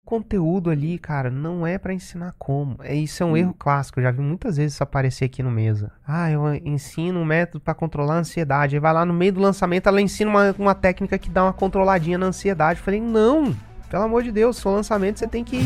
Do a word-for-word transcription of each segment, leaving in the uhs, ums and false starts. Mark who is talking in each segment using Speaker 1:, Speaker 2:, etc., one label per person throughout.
Speaker 1: conteúdo ali, cara, não é pra ensinar como. É, isso é um erro clássico, eu já vi muitas vezes isso aparecer aqui no Mesa. Ah, eu ensino um método pra controlar a ansiedade. Aí vai lá no meio do lançamento, ela ensina uma, uma técnica que dá uma controladinha na ansiedade. Eu falei, não, pelo amor de Deus, seu lançamento você tem que...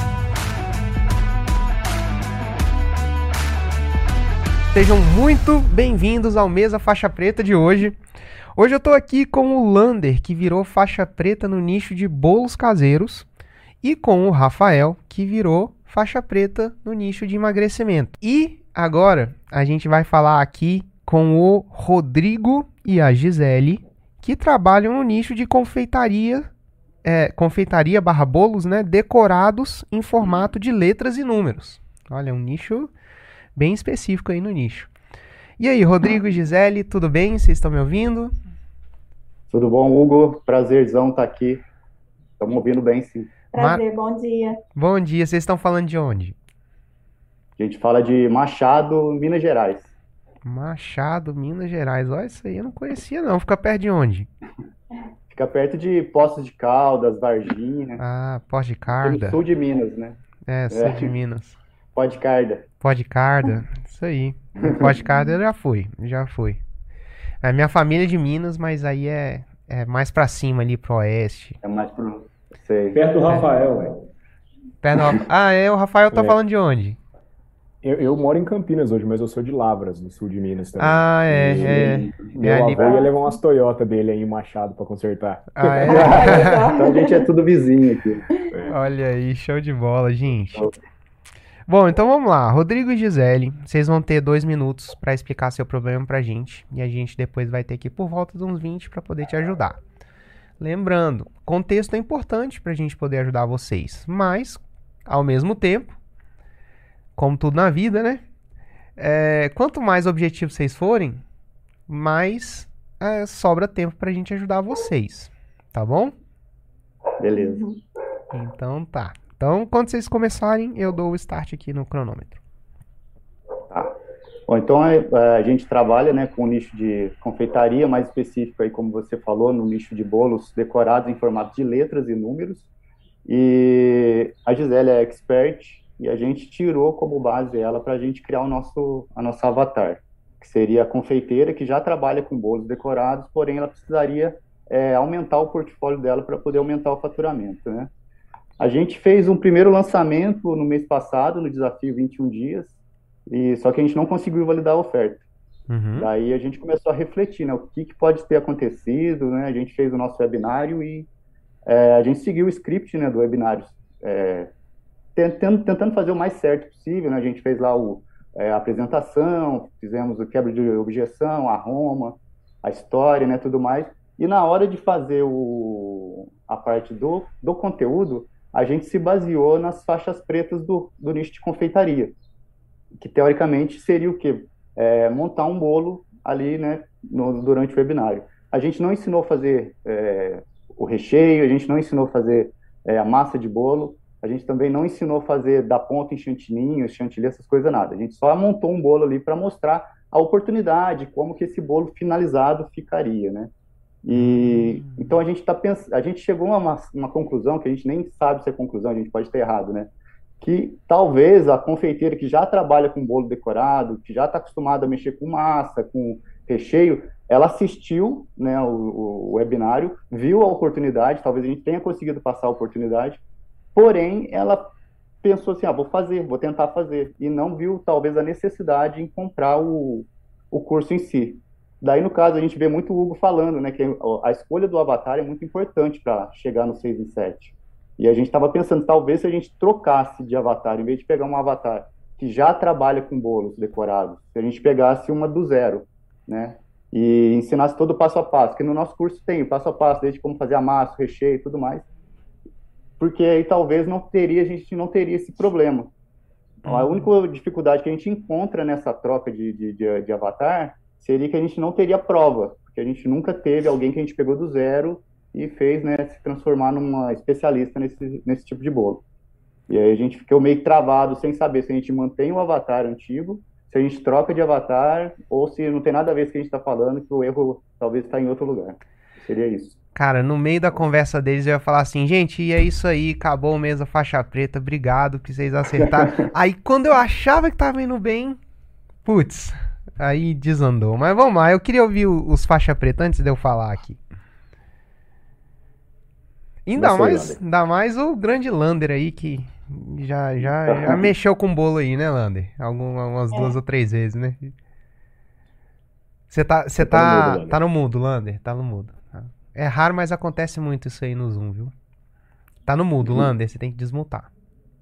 Speaker 1: Sejam muito bem-vindos ao Mesa Faixa Preta de hoje. Hoje eu tô aqui com o Lander, que virou faixa preta no nicho de bolos caseiros, e com o Rafael, que virou faixa preta no nicho de emagrecimento. E agora a gente vai falar aqui com o Rodrigo e a Gisele, que trabalham no nicho de confeitaria, é, confeitaria barra bolos, né, decorados em formato de letras e números. Olha, um nicho bem específico aí no nicho. E aí, Rodrigo e Gisele, tudo bem? Vocês estão me ouvindo?
Speaker 2: Tudo bom, Hugo? Prazerzão estar aqui. Estamos ouvindo bem, sim.
Speaker 3: Prazer, bom dia.
Speaker 1: Bom dia, vocês estão falando de onde?
Speaker 2: A gente fala de Machado, Minas Gerais.
Speaker 1: Machado, Minas Gerais. Olha, isso aí eu não conhecia não. Fica perto de onde?
Speaker 2: Fica perto de Poços de Caldas, Varginha.
Speaker 1: Ah, Pós de
Speaker 2: No
Speaker 1: Carda.
Speaker 2: sul de Minas, né?
Speaker 1: É, sul
Speaker 2: É.
Speaker 1: de Minas.
Speaker 2: Pó de Carda.
Speaker 1: Pó de Carda, isso aí. Pó de Carda eu já fui, já fui. A minha família é de Minas, mas aí é, é mais pra cima ali, pro oeste.
Speaker 2: É mais pro... Sei.
Speaker 4: Perto do Rafael, velho.
Speaker 1: Perto do- Ah, é, o Rafael tá
Speaker 4: É.
Speaker 1: falando de onde?
Speaker 4: Eu, eu moro em Campinas hoje, mas eu sou de Lavras, no sul de Minas também.
Speaker 1: Ah, é,
Speaker 4: E
Speaker 1: é.
Speaker 4: Meu
Speaker 1: É ali-
Speaker 4: avô ia levar umas Toyota dele aí em Machado pra consertar.
Speaker 1: Ah, é?
Speaker 2: Então a gente é tudo vizinho aqui.
Speaker 1: Olha aí, show de bola, gente. Bom, então vamos lá. Rodrigo e Gisele, vocês vão ter dois minutos pra explicar seu problema pra gente. E a gente depois vai ter aqui por volta de uns vinte pra poder te ajudar. Lembrando, contexto é importante pra gente poder ajudar vocês. Mas, ao mesmo tempo, como tudo na vida, né? É, quanto mais objetivos vocês forem, mais é, sobra tempo pra gente ajudar vocês. Tá bom?
Speaker 2: Beleza.
Speaker 1: Então tá. Então, quando vocês começarem, eu dou o start aqui no cronômetro.
Speaker 2: Tá. Bom, então é, a gente trabalha, né, com o nicho de confeitaria, mais específico aí, como você falou, no nicho de bolos decorados em formato de letras e números. E a Gisele é expert e a gente tirou como base ela para a gente criar o nosso, a nossa avatar, que seria a confeiteira que já trabalha com bolos decorados, porém ela precisaria é, aumentar o portfólio dela para poder aumentar o faturamento, né? A gente fez um primeiro lançamento no mês passado, no desafio vinte e um dias, e só que a gente não conseguiu validar a oferta.
Speaker 1: Uhum.
Speaker 2: Daí a gente começou a refletir, né, o que, que pode ter acontecido, né? A gente fez o nosso webinário e é, a gente seguiu o script, né, do webinário, é, tentando, tentando fazer o mais certo possível, né? A gente fez lá o, é, a apresentação, fizemos o quebra de objeção, a Roma, a história, né, tudo mais. E na hora de fazer o, a parte do, do conteúdo, a gente se baseou nas faixas pretas do, do nicho de confeitaria, que teoricamente seria o quê? É, montar um bolo ali, né, no, durante o webinário. A gente não ensinou a fazer é, o recheio, a gente não ensinou a fazer é, a massa de bolo, a gente também não ensinou a fazer da ponta em chantininho, chantilly, essas coisas, nada. A gente só montou um bolo ali para mostrar a oportunidade, como que esse bolo finalizado ficaria, né? E então a gente tá pens... a gente chegou a uma, uma conclusão que a gente nem sabe se é conclusão, a gente pode ter errado, né? Que talvez a confeiteira que já trabalha com bolo decorado, que já está acostumada a mexer com massa, com recheio, ela assistiu, né, o, o webinário, viu a oportunidade, talvez a gente tenha conseguido passar a oportunidade, porém ela pensou assim, ah, vou fazer, vou tentar fazer, e não viu talvez a necessidade em comprar o, o curso em si. Daí, no caso, a gente vê muito o Hugo falando, né, que a escolha do avatar é muito importante para chegar no seis em sete. E a gente estava pensando, talvez se a gente trocasse de avatar, em vez de pegar um avatar que já trabalha com bolos decorados, se a gente pegasse uma do zero, né, e ensinasse todo o passo a passo, que no nosso curso tem o passo a passo, desde como fazer a massa, o recheio e tudo mais, porque aí talvez não teria, a gente não teria esse problema. Então, a única dificuldade que a gente encontra nessa troca de, de, de, de avatar seria que a gente não teria prova, porque a gente nunca teve alguém que a gente pegou do zero e fez, né, se transformar numa especialista nesse, nesse tipo de bolo. E aí a gente ficou meio travado sem saber se a gente mantém o avatar antigo, se a gente troca de avatar, ou se não tem nada a ver com o que a gente está falando, que o erro talvez está em outro lugar. Seria isso.
Speaker 1: Cara, no meio da conversa deles eu ia falar assim, gente, e é isso aí, acabou o mesa faixa preta, obrigado que vocês acertaram. Aí quando eu achava que tava indo bem, putz, aí desandou. Mas vamos lá, eu queria ouvir o- os faixa preta antes de eu falar aqui. Ainda
Speaker 4: Começa aí,
Speaker 1: mais,
Speaker 4: Lander.
Speaker 1: ainda mais o grande Lander aí que já, já, já mexeu com o bolo aí, né, Lander? Algumas umas duas ou
Speaker 3: É,
Speaker 1: três vezes, né? Você tá, você
Speaker 4: Você tá no mudo,
Speaker 1: tá,
Speaker 4: Lander.
Speaker 1: tá no mudo, Lander, tá no mudo. Tá. É raro, mas acontece muito isso aí no Zoom, viu? Tá no mudo, Lander, você tem que desmutar.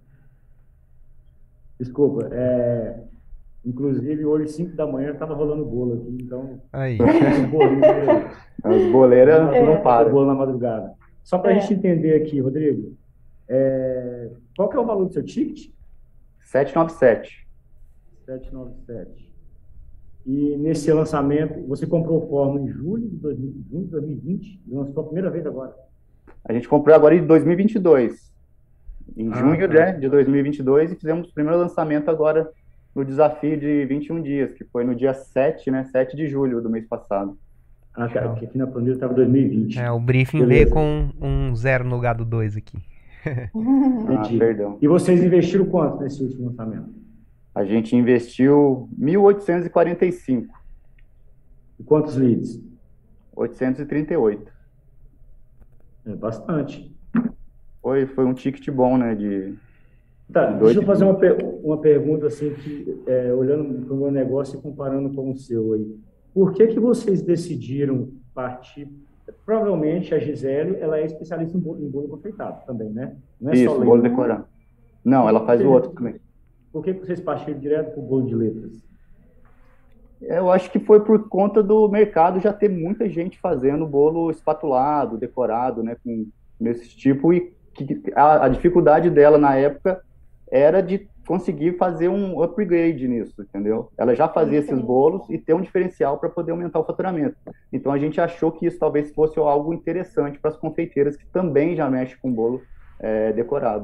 Speaker 5: Desculpa, é, inclusive hoje, cinco da manhã, estava rolando bolo aqui, então
Speaker 1: Aí.
Speaker 5: os bolinhos aí.
Speaker 2: As boleiras
Speaker 5: Vamos
Speaker 2: não
Speaker 5: fazer
Speaker 2: param.
Speaker 5: bolo na madrugada. Só para a
Speaker 3: é.
Speaker 5: gente entender aqui, Rodrigo, é, qual que é o valor do seu ticket?
Speaker 2: setecentos e noventa e sete.
Speaker 5: setecentos e noventa e sete. E nesse lançamento, você comprou o Fórmula em julho de dois mil, junho de dois mil e vinte e lançou a primeira vez agora.
Speaker 2: A gente comprou agora em dois mil e vinte e dois. Em
Speaker 5: Ah,
Speaker 2: junho,
Speaker 5: tá.
Speaker 2: né, de dois mil e vinte e dois, e fizemos o primeiro lançamento agora no desafio de vinte e um dias, que foi no dia sete, né, sete de julho do mês passado.
Speaker 5: Ah, tá, que aqui na planilha estava dois mil e vinte.
Speaker 1: É, o briefing
Speaker 5: Beleza.
Speaker 1: veio com um zero no lugar do dois aqui.
Speaker 2: Ah,
Speaker 5: Entendi.
Speaker 2: perdão.
Speaker 5: E vocês investiram quanto nesse último lançamento?
Speaker 2: A gente investiu mil oitocentos e quarenta e cinco,
Speaker 5: E quantos leads?
Speaker 2: oitocentos e trinta e oito.
Speaker 5: É bastante.
Speaker 2: Foi, foi um ticket bom, né, de...
Speaker 5: Tá,
Speaker 2: Dois
Speaker 5: deixa eu fazer
Speaker 2: e
Speaker 5: uma, per- uma pergunta assim, que, é, olhando para o meu negócio e comparando com o seu aí. Por que que vocês decidiram partir? Provavelmente a Gisele, ela é especialista em bolo, em bolo confeitado também, né? Não é só
Speaker 2: Isso,
Speaker 5: leite.
Speaker 2: bolo decorado. Não, ela faz o outro também.
Speaker 5: Por que que vocês partiram direto para o bolo de letras?
Speaker 2: Eu acho que foi por conta do mercado já ter muita gente fazendo bolo espatulado, decorado, né, com nesse tipo, e que a, a dificuldade dela na época era de conseguir fazer um upgrade nisso, entendeu? Ela já fazia esses bolos e ter um diferencial para poder aumentar o faturamento. Então a gente achou que isso talvez fosse algo interessante para as confeiteiras que também já mexem com bolo é, decorado.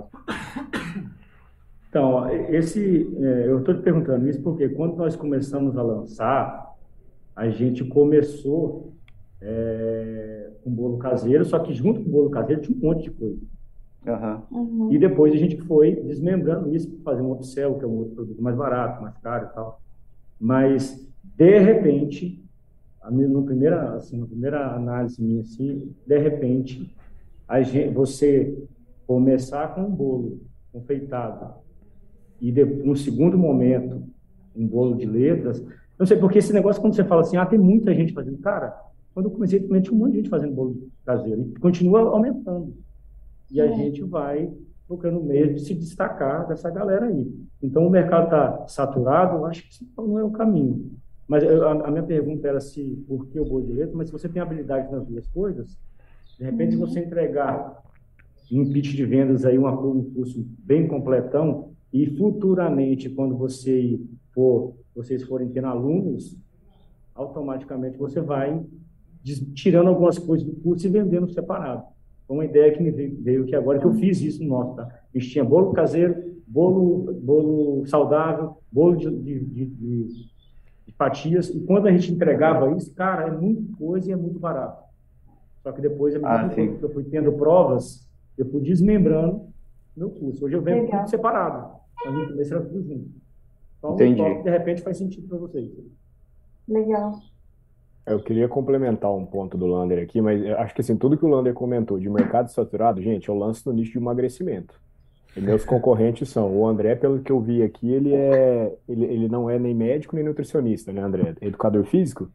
Speaker 5: Então, esse, é, eu estou te perguntando isso porque quando nós começamos a lançar, a gente começou é, com bolo caseiro, só que junto com o bolo caseiro tinha um monte de coisa.
Speaker 2: Aham.
Speaker 3: Uhum.
Speaker 5: E depois a gente foi desmembrando isso para fazer um upsell, que é um outro produto mais barato, mais caro e tal. Mas, de repente, a minha- no primeira, assim, na primeira análise minha, assim, de repente, a gente, você começar com um bolo confeitado e depois, no segundo momento, um bolo de letras, não sei, porque esse negócio, quando você fala assim, ah, tem muita gente fazendo, cara, quando eu comecei, também tinha um monte de gente fazendo bolo caseiro, e continua aumentando. E a
Speaker 3: É.
Speaker 5: gente vai procurando meio de se destacar dessa galera aí. Então, o mercado está saturado, eu acho que isso não é o caminho. Mas eu- a, a minha pergunta era se, por que o bolo de letra, mas se você tem habilidade nas duas coisas, de repente, se você entregar um pitch de vendas aí, uma, um curso bem completão, e futuramente, quando você for, vocês forem tendo alunos, automaticamente você vai des- tirando algumas coisas do curso e vendendo separado. Foi uma ideia que me veio, veio aqui agora, que eu fiz isso no nosso, tá? A gente tinha bolo caseiro, bolo, bolo saudável, bolo de, de, de, de, de fatias, e quando a gente entregava isso, cara, é muita coisa e é muito barato. Só que depois, à
Speaker 2: Ah,
Speaker 5: medida
Speaker 2: sim.
Speaker 5: que eu fui tendo provas, eu fui desmembrando meu curso. Hoje eu vendo
Speaker 3: Legal.
Speaker 5: tudo separado. Mas no começo era tudo junto. Então, um
Speaker 2: Entendi.
Speaker 5: toque, de repente, faz sentido para vocês.
Speaker 3: Legal.
Speaker 4: Eu queria complementar um ponto do Lander aqui, mas eu acho que assim, tudo que o Lander comentou de mercado saturado, gente, eu lanço no nicho de emagrecimento. E meus concorrentes são, o André, pelo que eu vi aqui, ele é, ele, ele não é nem médico nem nutricionista, né, André? É educador físico?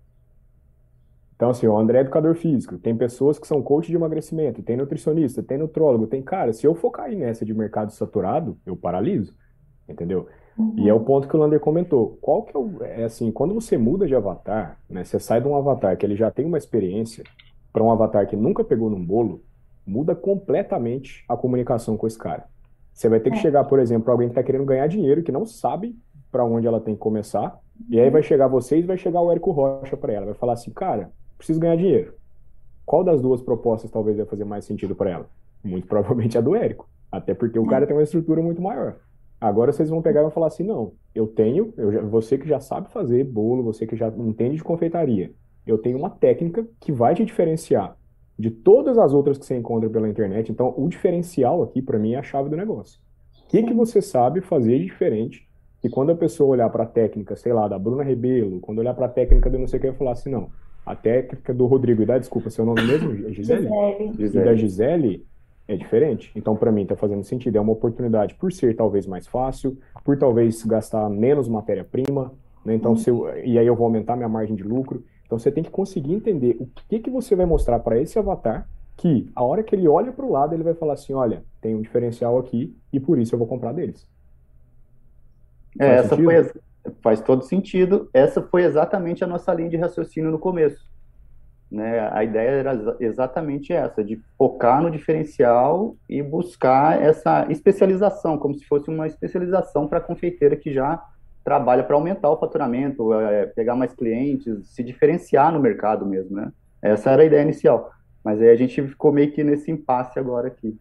Speaker 4: Então, assim, o André é educador físico. Tem pessoas que são coach de emagrecimento, tem nutricionista, tem nutrólogo, tem cara. Se eu focar aí nessa de mercado saturado, eu paraliso, entendeu? E é o ponto que o Lander comentou. Qual que é o. É assim, quando você muda de avatar, né? Você sai de um avatar que ele já tem uma experiência para um avatar que nunca pegou num bolo, muda completamente a comunicação com esse cara. Você vai ter que
Speaker 3: É.
Speaker 4: chegar, por exemplo, para alguém que está querendo ganhar dinheiro, que não sabe para onde ela tem que começar, e aí vai chegar vocês e vai chegar o Érico Rocha para ela. Vai falar assim, cara, preciso ganhar dinheiro. Qual das duas propostas talvez vai fazer mais sentido para ela? Muito provavelmente a do Érico. Até porque o cara tem uma estrutura muito maior. Agora vocês vão pegar e vão falar assim, não, eu tenho, eu já- você que já sabe fazer bolo, você que já entende de confeitaria, eu tenho uma técnica que vai te diferenciar de todas as outras que você encontra pela internet. Então, o diferencial aqui, para mim, é a chave do negócio. O que, que você sabe fazer de diferente? E quando a pessoa olhar para a técnica, sei lá, da Bruna Rebelo, quando olhar para a técnica do não sei o que, eu falar assim, não, a técnica do Rodrigo, e dá desculpa, seu nome mesmo? É Gisele?
Speaker 3: Gisele.
Speaker 4: E da Gisele é diferente. Então, para mim, está fazendo sentido. É uma oportunidade por ser talvez mais fácil, por talvez gastar menos matéria-prima, né? Então, se eu, e aí eu vou aumentar minha margem de lucro. Então, você tem que conseguir entender o que, que você vai mostrar para esse avatar, que a hora que ele olha para o lado, ele vai falar assim, olha, tem um diferencial aqui e por isso eu vou comprar deles.
Speaker 2: É,
Speaker 4: Faz
Speaker 2: essa
Speaker 4: sentido?
Speaker 2: foi, ex- faz todo sentido. Essa foi exatamente a nossa linha de raciocínio no começo, né? A ideia era exa- exatamente essa, de focar no diferencial e buscar essa especialização, como se fosse uma especialização para a confeiteira que já trabalha para aumentar o faturamento, é, pegar mais clientes, se diferenciar no mercado mesmo, né? Essa era a ideia inicial. Mas aí a gente ficou meio que nesse impasse agora aqui.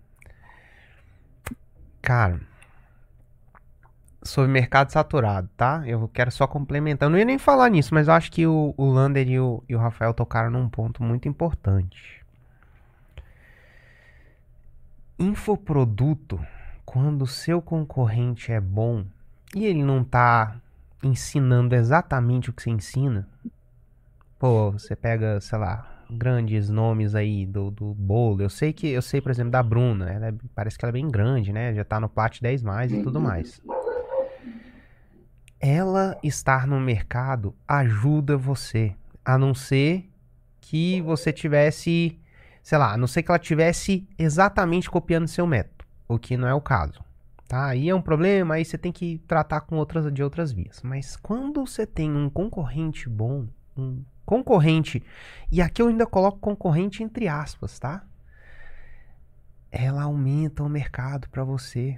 Speaker 1: Cara, sobre mercado saturado, tá? Eu quero só complementar. Eu não ia nem falar nisso, mas eu acho que o, o Lander e o, e o Rafael tocaram num ponto muito importante. Infoproduto, quando o seu concorrente é bom e ele não tá ensinando exatamente o que você ensina, pô, você pega, sei lá, grandes nomes aí do, do bolo. Eu sei que, eu sei, por exemplo, da Bruna. Ela é- parece que ela é bem grande, né? Já tá no Plat dez mais e tudo mais. Ela estar no mercado ajuda você, a não ser que você tivesse, sei lá, a não ser que ela tivesse exatamente copiando seu método, o que não é o caso, tá? Aí é um problema, aí você tem que tratar com outras de outras vias. Mas quando você tem um concorrente bom, um concorrente, e aqui eu ainda coloco concorrente entre aspas, tá? Ela aumenta o mercado para você.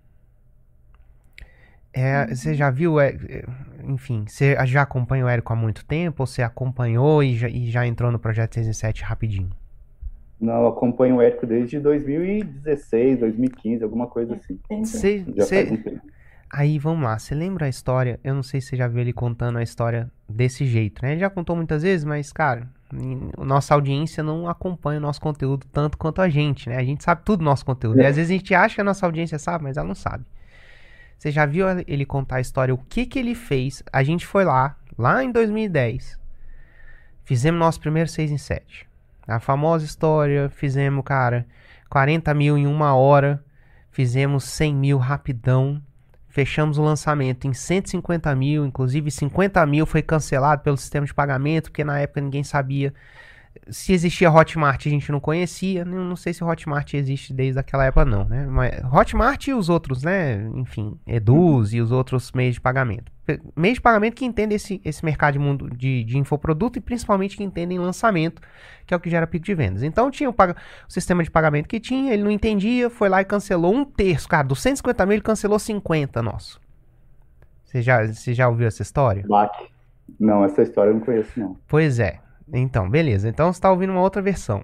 Speaker 1: É, você já viu, é, é, enfim, você já acompanha o Érico há muito tempo ou você acompanhou e já, e já entrou no projeto seis em sete rapidinho?
Speaker 2: Não, eu acompanho o Érico desde dois mil e dezesseis, dois mil e quinze, alguma coisa assim.
Speaker 3: Tem que
Speaker 1: Cê,
Speaker 2: Já
Speaker 1: cê-
Speaker 2: faz um tempo.
Speaker 1: Aí vamos lá, você lembra a história? Eu não sei se você já viu ele contando a história desse jeito, né? Ele já contou muitas vezes, mas, cara, n- nossa audiência não acompanha o nosso conteúdo tanto quanto a gente, né? A gente sabe tudo do nosso conteúdo. E às vezes a gente acha que a nossa audiência sabe, mas ela não sabe. Você já viu ele contar a história, o que que ele fez? A gente foi lá, lá em dois mil e dez, fizemos nosso primeiro seis em sete. A famosa história, fizemos, cara, quarenta mil em uma hora, fizemos cem mil rapidão, fechamos o lançamento em cento e cinquenta mil, inclusive cinquenta mil foi cancelado pelo sistema de pagamento, porque na época ninguém sabia se existia Hotmart, a gente não conhecia. Não, não sei se o Hotmart existe desde aquela época, não, né? Mas Hotmart e os outros, né? Enfim, Eduz e os outros meios de pagamento. Pe- Meios de pagamento que entendem esse, esse mercado de mundo de, de infoproduto e principalmente que entendem lançamento, que é o que gera pico de vendas. Então tinha o, paga- o sistema de pagamento que tinha, ele não entendia, foi lá e cancelou um terço. Cara, dos cento e cinquenta mil ele cancelou cinquenta nosso. Você já, você já ouviu essa história?
Speaker 2: Baque. Não, essa história eu não conheço, não.
Speaker 1: Pois é. Então, beleza. Então você está ouvindo uma outra versão.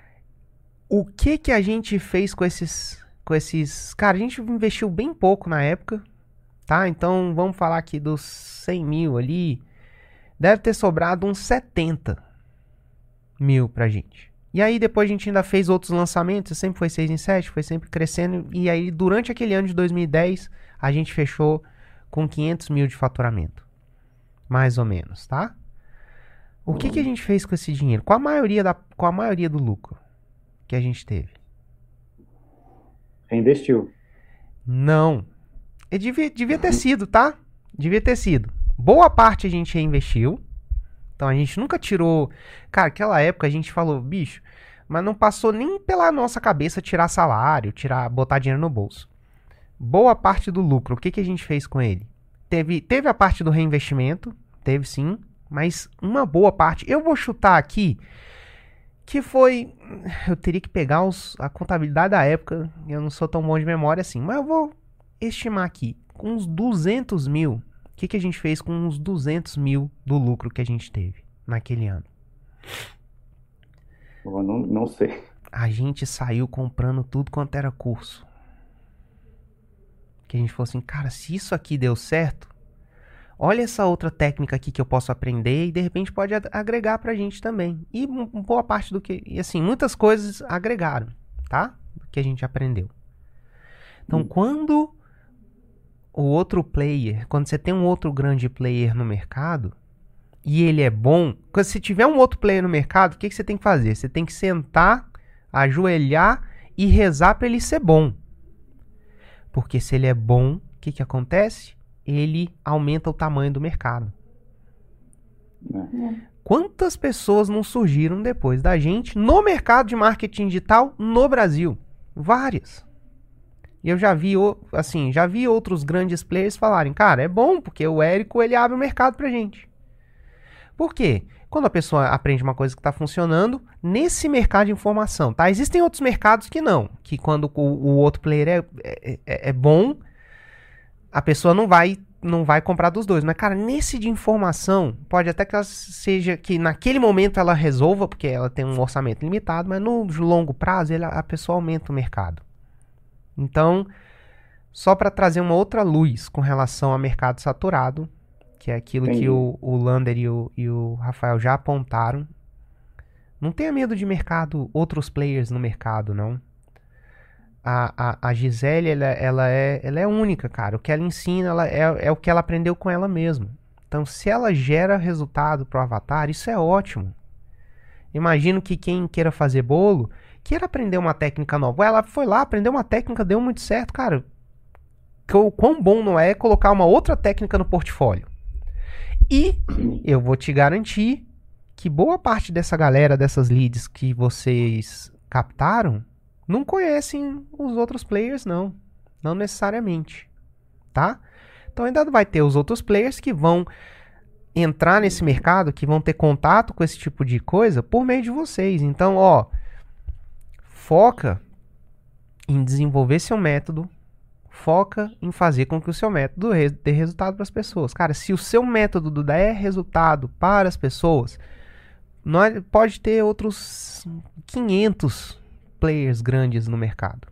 Speaker 1: O que que a gente fez com esses, com esses... Cara, a gente investiu bem pouco na época, tá? Então vamos falar aqui dos cem mil ali. Deve ter sobrado uns setenta mil pra gente. E aí depois a gente ainda fez outros lançamentos. Sempre foi seis em sete, foi sempre crescendo. E aí durante aquele ano de dois mil e dez, a gente fechou com quinhentos mil de faturamento. Mais ou menos, tá? O que que a gente fez com esse dinheiro? Com a maioria, da, com a maioria do lucro que a gente teve?
Speaker 2: Reinvestiu.
Speaker 1: Não. E devia, devia ter sido, tá? Devia ter sido. Boa parte a gente reinvestiu. Então a gente nunca tirou... Cara, aquela época a gente falou, bicho, mas não passou nem pela nossa cabeça tirar salário, tirar, botar dinheiro no bolso. Boa parte do lucro, o que que a gente fez com ele? Teve, teve a parte do reinvestimento, teve sim, mas uma boa parte, eu vou chutar aqui, que foi, eu teria que pegar os, a contabilidade da época, eu não sou tão bom de memória assim, mas eu vou estimar aqui, com uns duzentos mil, o que, que a gente fez com uns duzentos mil do lucro que a gente teve naquele ano?
Speaker 2: Eu não, não sei.
Speaker 1: A gente saiu comprando tudo quanto era curso. Que a gente falou assim, cara, se isso aqui deu certo, olha essa outra técnica aqui que eu posso aprender e de repente pode agregar pra gente também. E boa parte do que, e assim, muitas coisas agregaram, tá? Do que a gente aprendeu. Então, hum. quando o outro player, quando você tem um outro grande player no mercado e ele é bom, quando você tiver um outro player no mercado, o que, que você tem que fazer? Você tem que sentar, ajoelhar e rezar para ele ser bom. Porque se ele é bom, o que, que acontece? Ele aumenta o tamanho do mercado. É. Quantas pessoas não surgiram depois da gente no mercado de marketing digital no Brasil? Várias. E eu já vi, assim, já vi outros grandes players falarem, cara, é bom porque o Érico, ele abre o mercado pra gente. Por quê? Quando a pessoa aprende uma coisa que está funcionando, nesse mercado de informação, tá? Existem outros mercados que não, que quando o, o outro player é, é, é bom, a pessoa não vai, não vai comprar dos dois. Mas, cara, nesse de informação, pode até que ela seja, que naquele momento ela resolva, porque ela tem um orçamento limitado, mas no longo prazo ele, a pessoa aumenta o mercado. Então, só para trazer uma outra luz com relação ao mercado saturado, que é aquilo Entendi. que o, o Lander e o, e o Rafael já apontaram. Não tenha medo de mercado, outros players no mercado, não. A, a, a Gisele, ela, ela, é, ela é única, cara. O que ela ensina ela é, é o que ela aprendeu com ela mesma. Então, se ela gera resultado pro avatar, isso é ótimo. Imagino que quem queira fazer bolo, queira aprender uma técnica nova. Ela foi lá, aprendeu uma técnica, deu muito certo, cara. O quão bom não é colocar uma outra técnica no portfólio. E eu vou te garantir que boa parte dessa galera, dessas leads que vocês captaram, não conhecem os outros players, não. Não necessariamente. Tá? Então ainda vai ter os outros players que vão entrar nesse mercado, que vão ter contato com esse tipo de coisa por meio de vocês. Então, ó, foca em desenvolver seu método. Foca em fazer com que o seu método dê resultado para as pessoas. Cara, se o seu método der resultado para as pessoas, nós, pode ter outros quinhentos players grandes no mercado.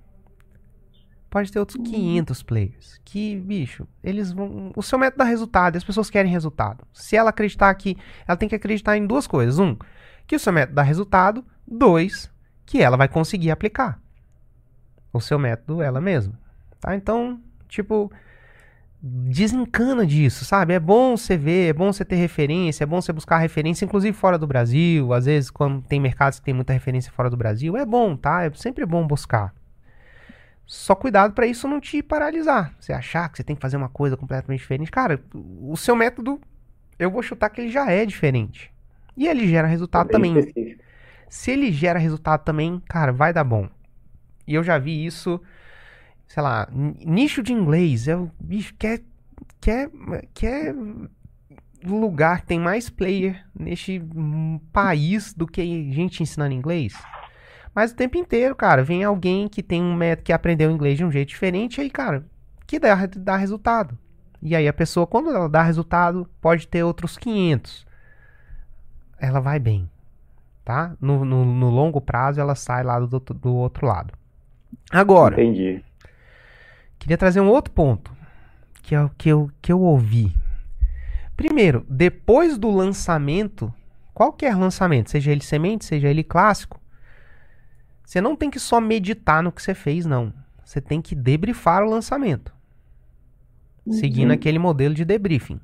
Speaker 1: Pode ter outros quinhentos players. Que, bicho, eles vão... O seu método dá resultado e as pessoas querem resultado. Se ela acreditar que... Ela tem que acreditar em duas coisas. Um, que o seu método dá resultado. Dois, que ela vai conseguir aplicar o seu método ela mesma. Tá? Então, tipo, desencana disso, sabe? É bom você ver, é bom você ter referência, é bom você buscar referência, inclusive fora do Brasil. Às vezes, quando tem mercados que tem muita referência fora do Brasil, é bom, tá? É sempre bom buscar. Só cuidado para isso não te paralisar. Você achar que você tem que fazer uma coisa completamente diferente. Cara, o seu método, eu vou chutar que ele já é diferente. E ele gera resultado é também. Específico. Se ele gera resultado também, cara, vai dar bom. E eu já vi isso... Sei lá, nicho de inglês, é o bicho quer, quer, quer lugar que tem mais player neste país do que gente ensinando inglês. Mas o tempo inteiro, cara, vem alguém que tem um método que aprendeu inglês de um jeito diferente, aí, cara, que dá, dá resultado. E aí a pessoa, quando ela dá resultado, pode ter outros quinhentos. Ela vai bem, tá? No, no, no longo prazo, ela sai lá do, do outro lado. Agora...
Speaker 2: Entendi.
Speaker 1: Queria trazer um outro ponto que é o que eu, que eu ouvi. Primeiro, depois do lançamento, qualquer lançamento, seja ele semente, seja ele clássico, você não tem que só meditar no que você fez, não. Você tem que debriefar o lançamento. Uhum. Seguindo aquele modelo de debriefing.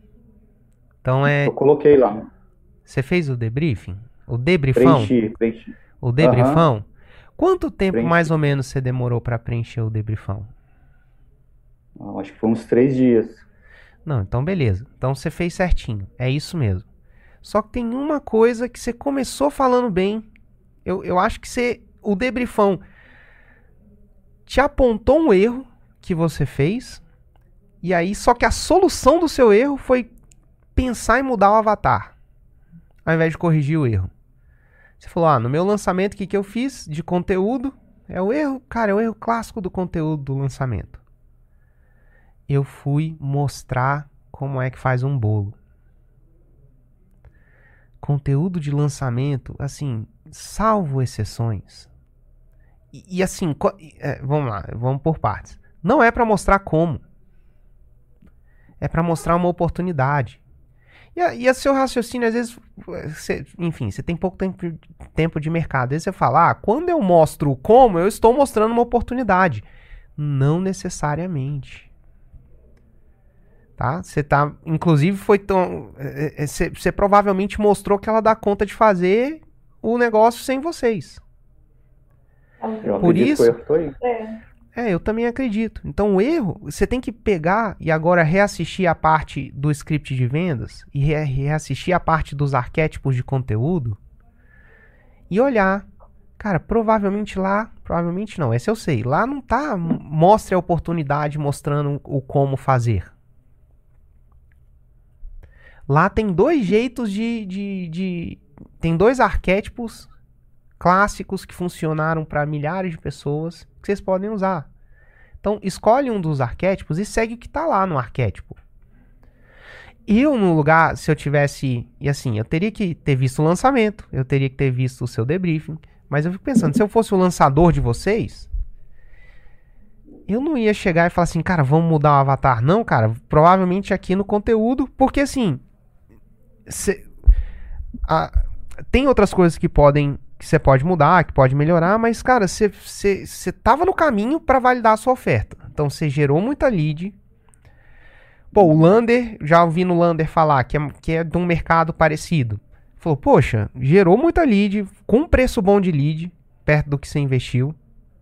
Speaker 1: Então é...
Speaker 2: Eu coloquei lá.
Speaker 1: Você fez o debriefing? O debriefão?
Speaker 2: Preenchi, preenchi.
Speaker 1: O debriefão? Uhum. Quanto tempo
Speaker 2: preenchi.
Speaker 1: mais ou menos você demorou para preencher o debriefão?
Speaker 2: Acho que foi uns três dias.
Speaker 1: Não, então beleza. Então você fez certinho. É isso mesmo. Só que tem uma coisa que você começou falando bem. Eu, eu acho que você, o debriefão te apontou um erro que você fez. E aí, só que a solução do seu erro foi pensar em mudar o avatar, ao invés de corrigir o erro. Você falou, ah, no meu lançamento, o que, que eu fiz de conteúdo? É o erro, cara, é o erro clássico do conteúdo do lançamento. Eu fui mostrar como é que faz um bolo. Conteúdo de lançamento, assim, salvo exceções. E, e assim, é, vamos lá, vamos por partes. Não é para mostrar como. É para mostrar uma oportunidade. E a, e a seu raciocínio, às vezes, você, enfim, você tem pouco tempo, tempo de mercado. Às vezes você fala, ah, quando eu mostro o como, eu estou mostrando uma oportunidade. Não necessariamente. Tá? Você tá, inclusive, foi tão... Você, você provavelmente mostrou que ela dá conta de fazer o negócio sem vocês.
Speaker 2: Eu
Speaker 1: Por
Speaker 2: acredito
Speaker 1: isso...
Speaker 2: que o erro foi.
Speaker 3: É.
Speaker 1: É, eu também acredito. Então, o erro, você tem que pegar e agora reassistir a parte do script de vendas e re reassistir a parte dos arquétipos de conteúdo e olhar. Cara, provavelmente lá, provavelmente não, esse eu sei. Lá não tá, mostre a oportunidade mostrando o como fazer. Lá tem dois jeitos de, de, de tem dois arquétipos clássicos que funcionaram para milhares de pessoas que vocês podem usar. Então, escolhe um dos arquétipos e segue o que está lá no arquétipo. Eu, no lugar, se eu tivesse... E assim, eu teria que ter visto o lançamento, eu teria que ter visto o seu debriefing, mas eu fico pensando, se eu fosse o lançador de vocês, eu não ia chegar e falar assim, cara, vamos mudar o avatar. Não, cara, provavelmente aqui no conteúdo, porque assim... Cê, a, tem outras coisas que podem... que você pode mudar, que pode melhorar, mas, cara, você estava no caminho para validar a sua oferta. Então, você gerou muita lead. Pô, o Lander, já ouvi no Lander falar que é, que é de um mercado parecido. Falou, poxa, gerou muita lead, com um preço bom de lead, perto do que você investiu.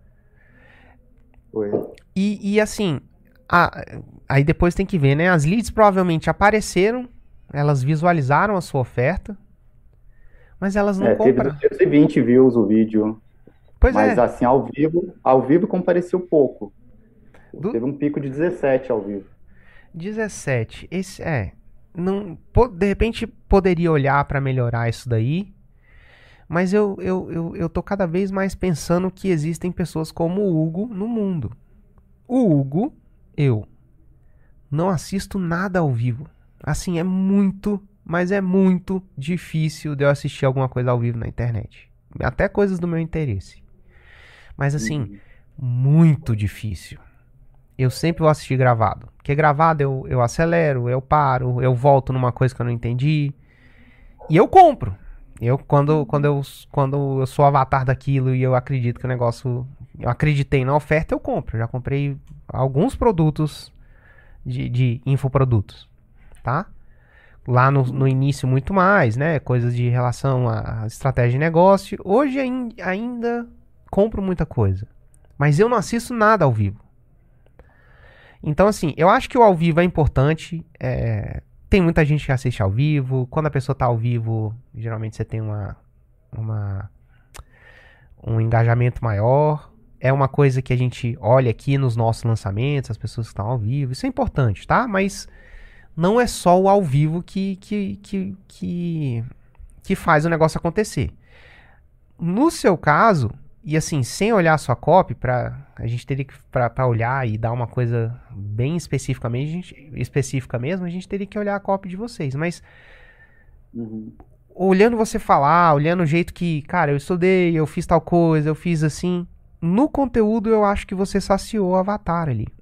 Speaker 2: Foi.
Speaker 1: E, e assim, a, aí depois tem que ver, né? As leads provavelmente apareceram, elas visualizaram a sua oferta, mas elas não
Speaker 2: É, teve
Speaker 1: compram.
Speaker 2: duzentos e vinte views o vídeo,
Speaker 1: Pois
Speaker 2: mas
Speaker 1: é.
Speaker 2: assim, ao vivo, ao vivo compareceu pouco.
Speaker 1: Do-
Speaker 2: Teve um pico de dezessete ao vivo.
Speaker 1: dezessete. Esse é. Não, po- de repente poderia olhar para melhorar isso daí. Mas eu, eu, eu, eu tô cada vez mais pensando que existem pessoas como o Hugo no mundo. O Hugo, eu, não assisto nada ao vivo. Assim, é muito, mas é muito difícil de eu assistir alguma coisa ao vivo na internet. Até coisas do meu interesse. Mas assim, muito difícil. Eu sempre vou assistir gravado. Porque gravado eu, eu acelero, eu paro, eu volto numa coisa que eu não entendi. E eu compro. Eu, quando, quando, eu, quando eu sou avatar daquilo e eu acredito que o negócio... Eu acreditei na oferta, eu compro. Eu já comprei alguns produtos de, de infoprodutos, tá? Lá no, no início muito mais, né? Coisas de relação à estratégia de negócio. Hoje ain- ainda compro muita coisa. Mas eu não assisto nada ao vivo. Então, assim, eu acho que o ao vivo é importante. É... Tem muita gente que assiste ao vivo. Quando a pessoa tá ao vivo, geralmente você tem uma, uma, um engajamento maior. É uma coisa que a gente olha aqui nos nossos lançamentos, as pessoas que estão ao vivo. Isso é importante, tá? Mas não é só o ao vivo que, que, que, que, que faz o negócio acontecer. No seu caso, e assim, sem olhar a sua copy, pra, a gente teria que, pra, pra olhar e dar uma coisa bem especificamente, a gente, específica mesmo, a gente teria que olhar a copy de vocês. Mas
Speaker 2: Uhum.
Speaker 1: olhando você falar, olhando o jeito que, cara, eu estudei, eu fiz tal coisa, eu fiz assim, no conteúdo eu acho que você saciou o avatar ali.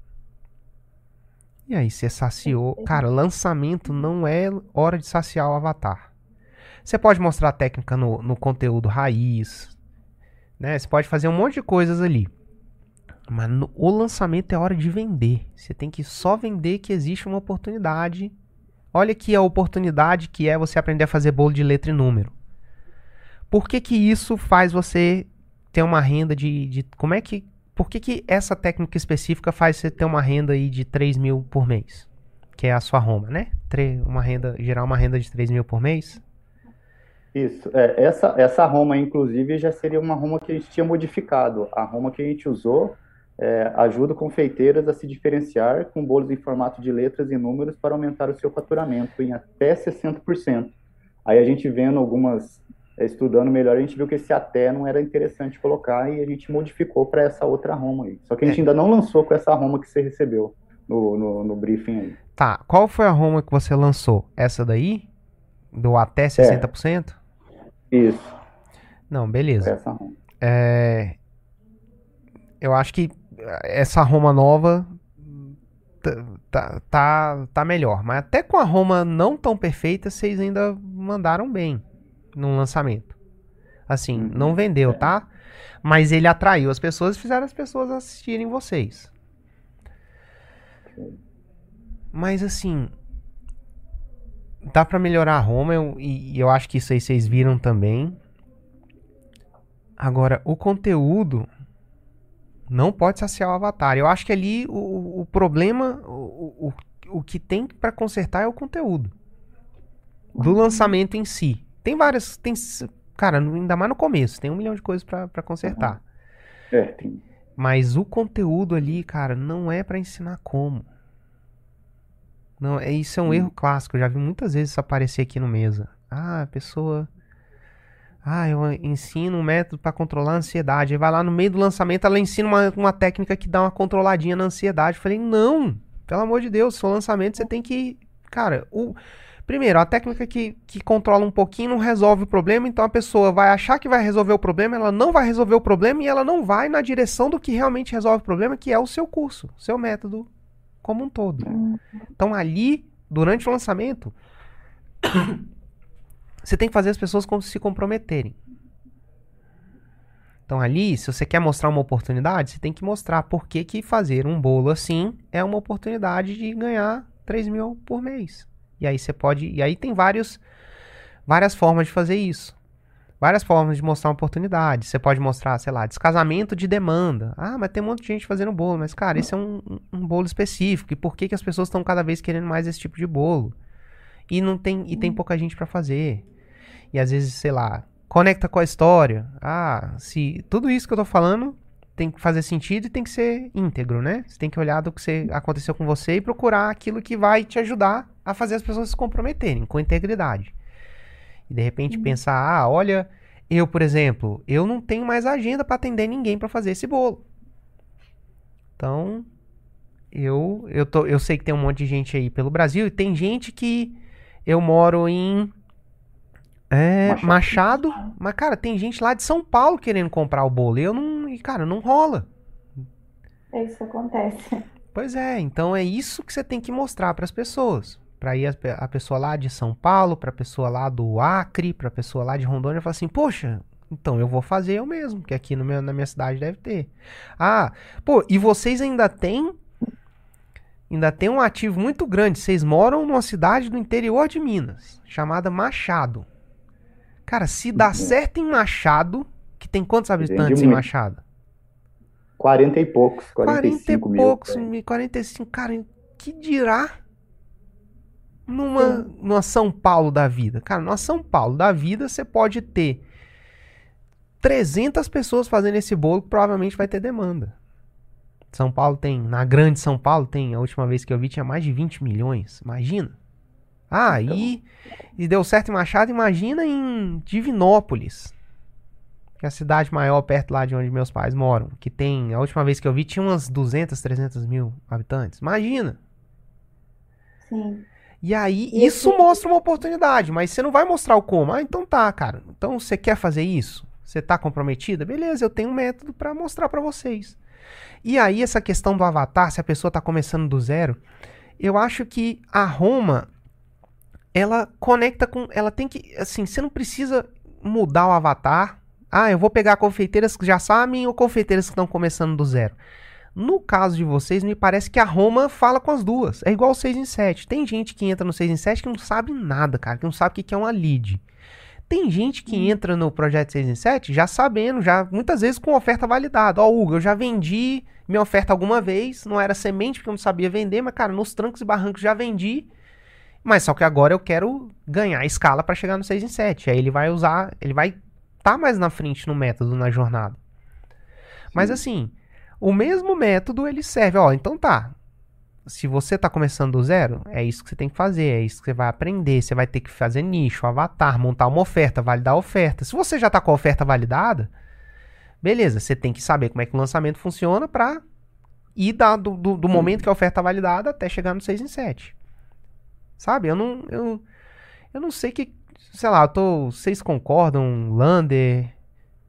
Speaker 1: E aí, você saciou. Cara, lançamento não é hora de saciar o avatar. Você pode mostrar a técnica no, no conteúdo raiz, né? Você pode fazer um monte de coisas ali. Mas no, o lançamento é hora de vender. Você tem que só vender que existe uma oportunidade. Olha aqui a oportunidade que é você aprender a fazer bolo de letra e número. Por que que isso faz você ter uma renda de... de como é que... Por que que essa técnica específica faz você ter uma renda aí de três mil por mês? Que é a sua Roma, né? Tre- uma renda, gerar uma renda de três mil por mês?
Speaker 2: Isso. É, essa, essa Roma, inclusive, já seria uma Roma que a gente tinha modificado. A Roma que a gente usou é, ajuda confeiteiras a se diferenciar com bolos em formato de letras e números para aumentar o seu faturamento em até sessenta por cento. Aí a gente vendo algumas, é, estudando melhor, a gente viu que esse até não era interessante colocar e a gente modificou para essa outra Roma aí. Só que a gente
Speaker 1: É.
Speaker 2: ainda não lançou com essa Roma que você recebeu no, no, no briefing aí.
Speaker 1: Tá, qual foi a Roma que você lançou? Essa daí? Do até sessenta por cento?
Speaker 2: Isso,
Speaker 1: Não, beleza.
Speaker 2: essa Roma.
Speaker 1: É, eu acho que essa Roma nova t- tá, tá, tá melhor. Mas até com a Roma não tão perfeita, vocês ainda mandaram bem no lançamento. Assim,
Speaker 2: Uhum.
Speaker 1: não vendeu,
Speaker 2: É.
Speaker 1: tá? Mas ele atraiu as pessoas e fizeram as pessoas assistirem vocês. Mas assim, dá pra melhorar a Roma, eu- e e eu acho que isso aí vocês viram também. Agora, o conteúdo não pode saciar o avatar. Eu acho que ali o, o problema, o, o, o que tem pra consertar é o conteúdo do lançamento em si. Tem várias, tem, cara, ainda mais no começo, tem um milhão de coisas pra pra consertar.
Speaker 2: É, tem.
Speaker 1: Mas o conteúdo ali, cara, não é pra ensinar como. Não, é, isso é um
Speaker 2: Hum.
Speaker 1: erro clássico. Eu já vi muitas vezes isso aparecer aqui no Mesa. Ah, a pessoa. Ah, eu ensino um método pra controlar a ansiedade. Aí vai lá no meio do lançamento, ela ensina uma, uma técnica que dá uma controladinha na ansiedade. Eu falei, não, pelo amor de Deus, seu lançamento você tem que. Cara, o. Primeiro, a técnica que, que controla um pouquinho não resolve o problema, então a pessoa vai achar que vai resolver o problema, ela não vai resolver o problema e ela não vai na direção do que realmente resolve o problema, que é o seu curso, o seu método como um todo. Então ali, durante o lançamento, você tem que fazer as pessoas como se comprometerem. Então ali, se você quer mostrar uma oportunidade, você tem que mostrar por que que fazer um bolo assim é uma oportunidade de ganhar três mil por mês. E aí você pode. E aí tem vários, várias formas de fazer isso. Várias formas de mostrar uma oportunidade. Você pode mostrar, sei lá, descasamento de demanda. Ah, mas tem um monte de gente fazendo bolo. Mas, cara, esse é um, um bolo específico. E por que que as pessoas estão cada vez querendo mais esse tipo de bolo? E não tem, e tem pouca gente pra fazer. E às vezes, sei lá, conecta com a história. Ah, se tudo isso que eu tô falando tem que fazer sentido e tem que ser íntegro, né? Você tem que olhar do que você, aconteceu com você e procurar aquilo que vai te ajudar a fazer as pessoas se comprometerem com integridade. E de repente pensar, ah, olha, eu, por exemplo, eu não tenho mais agenda para atender ninguém para fazer esse bolo. Então, eu, eu, tô, eu sei que tem um monte de gente aí pelo Brasil e tem gente que eu moro em é,
Speaker 2: Machado.
Speaker 1: Machado, mas, cara, tem gente lá de São Paulo querendo comprar o bolo. E eu não, e, cara, não rola.
Speaker 3: É isso que acontece.
Speaker 1: Pois é, então é isso que você tem que mostrar para as pessoas. Para ir a, pe- a pessoa lá de São Paulo, para a pessoa lá do Acre, para a pessoa lá de Rondônia, falar assim, poxa, então eu vou fazer eu mesmo, que aqui no meu, na minha cidade deve ter. Ah, pô, e vocês ainda têm, ainda tem um ativo muito grande. Vocês moram numa cidade do interior de Minas, chamada Machado. Cara, se dá certo em Machado, que tem quantos habitantes em
Speaker 2: muito.
Speaker 1: Machado?
Speaker 2: quarenta e poucos, quarenta e
Speaker 1: quarenta e
Speaker 2: cinco mil.
Speaker 1: poucos, mi- quarenta e cinco, cara, que dirá numa, numa São Paulo da vida? Cara, numa São Paulo da vida você pode ter trezentas pessoas fazendo esse bolo que provavelmente vai ter demanda. São Paulo tem, na grande São Paulo tem, a última vez que eu vi tinha mais de vinte milhões, imagina. Ah, e, e deu certo em Machado, imagina em Divinópolis, que é a cidade maior perto lá de onde meus pais moram, que tem, a última vez que eu vi tinha umas duzentos, trezentos mil habitantes, imagina.
Speaker 3: Sim.
Speaker 1: E aí,
Speaker 3: E
Speaker 1: isso
Speaker 3: esse-
Speaker 1: mostra uma oportunidade, mas você não vai mostrar o como. Ah, então tá, cara. Então você quer fazer isso? Você tá comprometida? Beleza, eu tenho um método pra mostrar pra vocês. E aí, essa questão do avatar, se a pessoa tá começando do zero, eu acho que a Roma, ela conecta com. Ela tem que. Assim, você não precisa mudar o avatar. Ah, eu vou pegar confeiteiras que já sabem ou confeiteiras que estão começando do zero. No caso de vocês, me parece que a Roma fala com as duas. É igual o seis em sete. Tem gente que entra no seis em sete que não sabe nada, cara. Que não sabe o que é uma lead. Tem gente que entra no projeto seis em sete já sabendo, já muitas vezes com oferta validada. Ó, Hugo, eu já vendi minha oferta alguma vez. Não era semente porque eu não sabia vender, mas, cara, nos trancos e barrancos já vendi. Mas só que agora eu quero ganhar escala para chegar no seis em sete. Aí ele vai usar, ele vai estar tá mais na frente no método, na jornada. Mas assim, o mesmo método ele serve, ó, então tá. Se você tá começando do zero, é isso que você tem que fazer, é isso que você vai aprender, você vai ter que fazer nicho, avatar, montar uma oferta, validar a oferta. Se você já tá com a oferta validada, beleza, você tem que saber como é que o lançamento funciona pra ir da, do, do, do momento que a oferta tá validada até chegar no seis em sete. Sabe? Eu não, eu, eu não sei que, sei lá, eu tô, vocês concordam, Lander,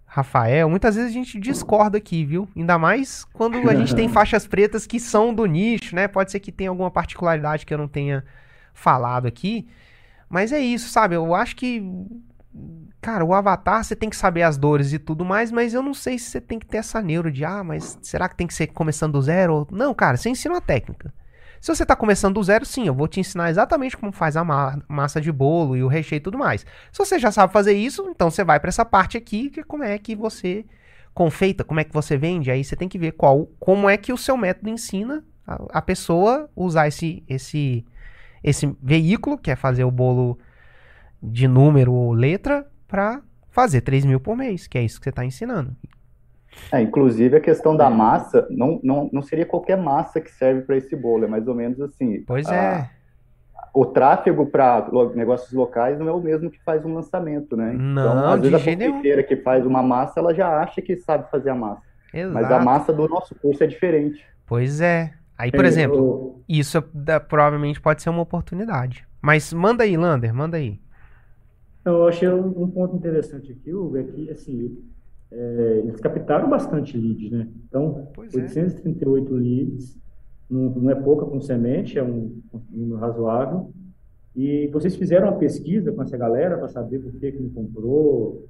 Speaker 1: Rafael, muitas vezes a gente discorda aqui, viu? Ainda mais quando a gente tem faixas pretas que são do nicho, né? Pode ser que tenha alguma particularidade que eu não tenha falado aqui, mas é isso, sabe? Eu acho que, cara, o Avatar você tem que saber as dores e tudo mais, mas eu não sei se você tem que ter essa neuro de, ah, mas será que tem que ser começando do zero? Não, cara, você ensina uma técnica. Se você tá começando do zero, sim, eu vou te ensinar exatamente como faz a ma- massa de bolo e o recheio e tudo mais. Se você já sabe fazer isso, então você vai pra essa parte aqui, que é como é que você confeita, como é que você vende, aí você tem que ver qual, como é que o seu método ensina a, a pessoa usar esse, esse, esse veículo, que é fazer o bolo de número ou letra, pra fazer três mil por mês, que é isso que você tá ensinando.
Speaker 2: É, inclusive a questão da massa, não, não, não seria qualquer massa que serve para esse bolo, é mais ou menos assim.
Speaker 1: Pois
Speaker 2: a-
Speaker 1: é,
Speaker 2: o tráfego para negócios locais não é o mesmo que faz um lançamento, né? Então,
Speaker 1: não,
Speaker 2: às
Speaker 1: de
Speaker 2: vezes a
Speaker 1: jeito nenhum.
Speaker 2: confeiteira que faz uma massa, ela já acha que sabe fazer a massa, mas a
Speaker 1: Exato.
Speaker 2: massa do nosso curso é diferente.
Speaker 1: Pois é. Aí, por
Speaker 5: É,
Speaker 1: exemplo,
Speaker 5: eu-
Speaker 1: isso dá- provavelmente pode ser uma oportunidade. Mas manda aí, Lander, manda aí.
Speaker 5: Eu achei um, um ponto interessante aqui, Hugo, é que, assim, é, eles captaram bastante leads, né? Então,
Speaker 1: Pois é.
Speaker 5: oitocentos e trinta e oito leads, não, não é pouca com semente, é um, um número razoável. E vocês fizeram uma pesquisa com essa galera para saber por que que não comprou,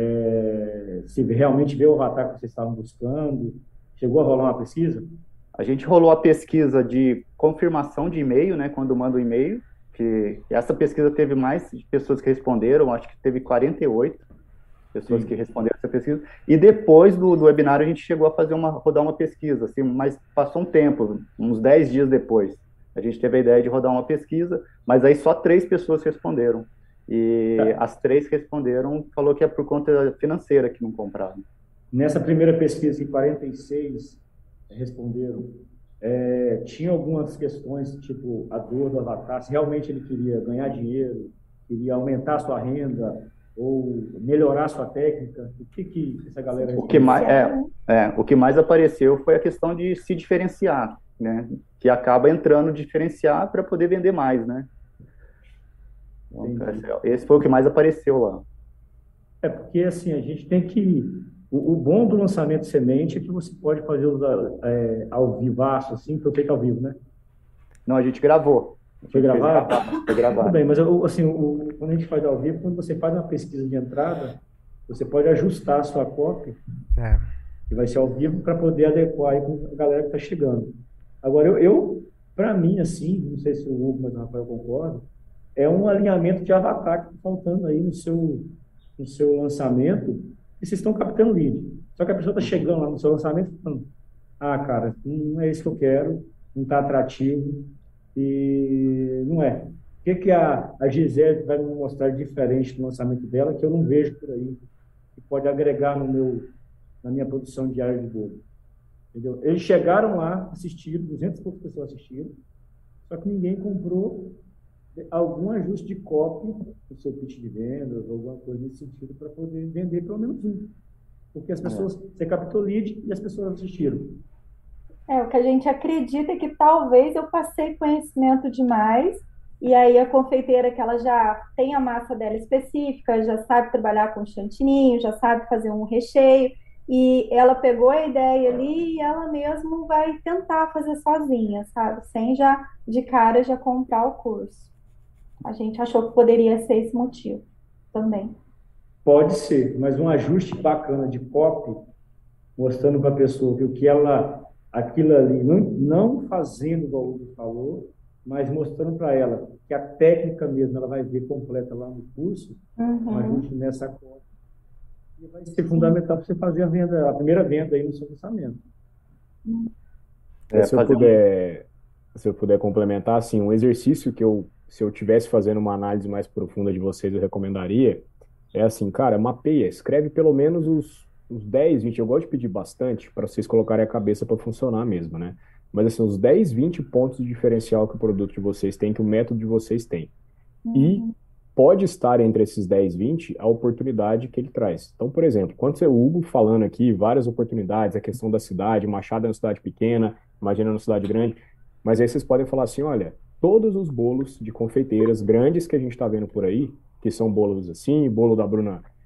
Speaker 5: é, se realmente veio o avatar que vocês estavam buscando. Chegou a rolar uma pesquisa?
Speaker 2: A gente rolou a pesquisa de confirmação de e-mail, né, quando manda o e-mail, que essa pesquisa teve mais pessoas que responderam, acho que teve quarenta e oito pessoas
Speaker 5: Sim.
Speaker 2: que responderam essa pesquisa, e depois do, do webinário a gente chegou a fazer uma, rodar uma pesquisa, assim, mas passou um tempo, uns dez dias depois, a gente teve a ideia de rodar uma pesquisa, mas aí só três pessoas responderam, e
Speaker 5: Tá.
Speaker 2: as três que responderam falou que é por conta financeira que não compraram.
Speaker 5: Nessa primeira pesquisa, que quarenta e seis responderam, é, tinha algumas questões, tipo a dor do avatar, se realmente ele queria ganhar dinheiro, queria aumentar a sua renda ou melhorar a sua técnica. O que que essa galera
Speaker 2: O que
Speaker 5: respondeu?
Speaker 2: mais, é, é, o que mais apareceu foi a questão de se diferenciar, né? Que acaba entrando diferenciar para poder vender mais, né?
Speaker 5: Entendi.
Speaker 2: Esse foi o que mais apareceu lá.
Speaker 5: É porque, assim, a gente tem que... O, o bom do lançamento semente é que você pode fazer os, é, ao vivaço, assim, foi feito ao vivo, né?
Speaker 2: Não, a gente gravou. A gente
Speaker 5: Foi
Speaker 2: fez
Speaker 5: gravado?
Speaker 2: gravar, Foi
Speaker 5: Tudo
Speaker 2: gravado.
Speaker 5: bem, mas eu, assim, o, quando a gente faz ao vivo, quando você faz uma pesquisa de entrada, você pode ajustar a sua cópia,
Speaker 1: É.
Speaker 5: que vai ser ao vivo, para poder adequar aí com a galera que está chegando. Agora, eu, eu para mim, assim, não sei se o Hugo, mas o Rafael concorda, é um alinhamento de avatar que está faltando aí no seu, no seu lançamento, e vocês estão captando lead. Só que a pessoa está chegando lá no seu lançamento e falando, ah, cara, não é isso que eu quero, não está atrativo, e não é. O que que a, a Gisele vai me mostrar diferente no lançamento dela, que eu não vejo por aí, que pode agregar no meu, na minha produção diária de bolo? Entendeu? Eles chegaram lá, assistiram, duzentas e poucas pessoas assistiram, só que ninguém comprou algum ajuste de copy no seu pitch de vendas, ou alguma coisa nesse sentido, para poder vender pelo menos um. Porque as pessoas, você captou lead e as pessoas assistiram.
Speaker 3: É, o que a gente acredita é que talvez eu passei conhecimento demais, e aí a confeiteira que ela já tem a massa dela específica, já sabe trabalhar com chantininho, já sabe fazer um recheio, e ela pegou a ideia ali e ela mesmo vai tentar fazer sozinha, sabe? Sem já, de cara, já comprar o curso. A gente achou que poderia ser esse motivo também.
Speaker 5: Pode ser, mas um ajuste bacana de copy, mostrando para a pessoa que o que ela, aquilo ali, não, não fazendo igual o Hugo falou, mas mostrando para ela que a técnica mesmo ela vai ver completa lá no curso, um
Speaker 3: Uhum.
Speaker 5: ajuste nessa copy, e vai ser fundamental para você fazer a venda, a primeira venda aí no seu lançamento.
Speaker 2: É,
Speaker 4: se eu
Speaker 2: fazer um-
Speaker 4: puder, se eu puder complementar, assim, um exercício que eu, se eu tivesse fazendo uma análise mais profunda de vocês, eu recomendaria, é assim, cara, mapeia, escreve pelo menos os, os dez, vinte, eu gosto de pedir bastante para vocês colocarem a cabeça para funcionar mesmo, né? Mas assim, os dez, vinte pontos de diferencial que o produto de vocês tem, que o método de vocês tem. E pode estar entre esses dez, vinte a oportunidade que ele traz. Então, por exemplo, quando você, o Hugo falando aqui, várias oportunidades, a questão da cidade, Machado é uma cidade pequena, imagina uma cidade grande, mas aí vocês podem falar assim, olha, todos os bolos de confeiteiras grandes que a gente está vendo por aí, que são bolos assim, bolo da Bruna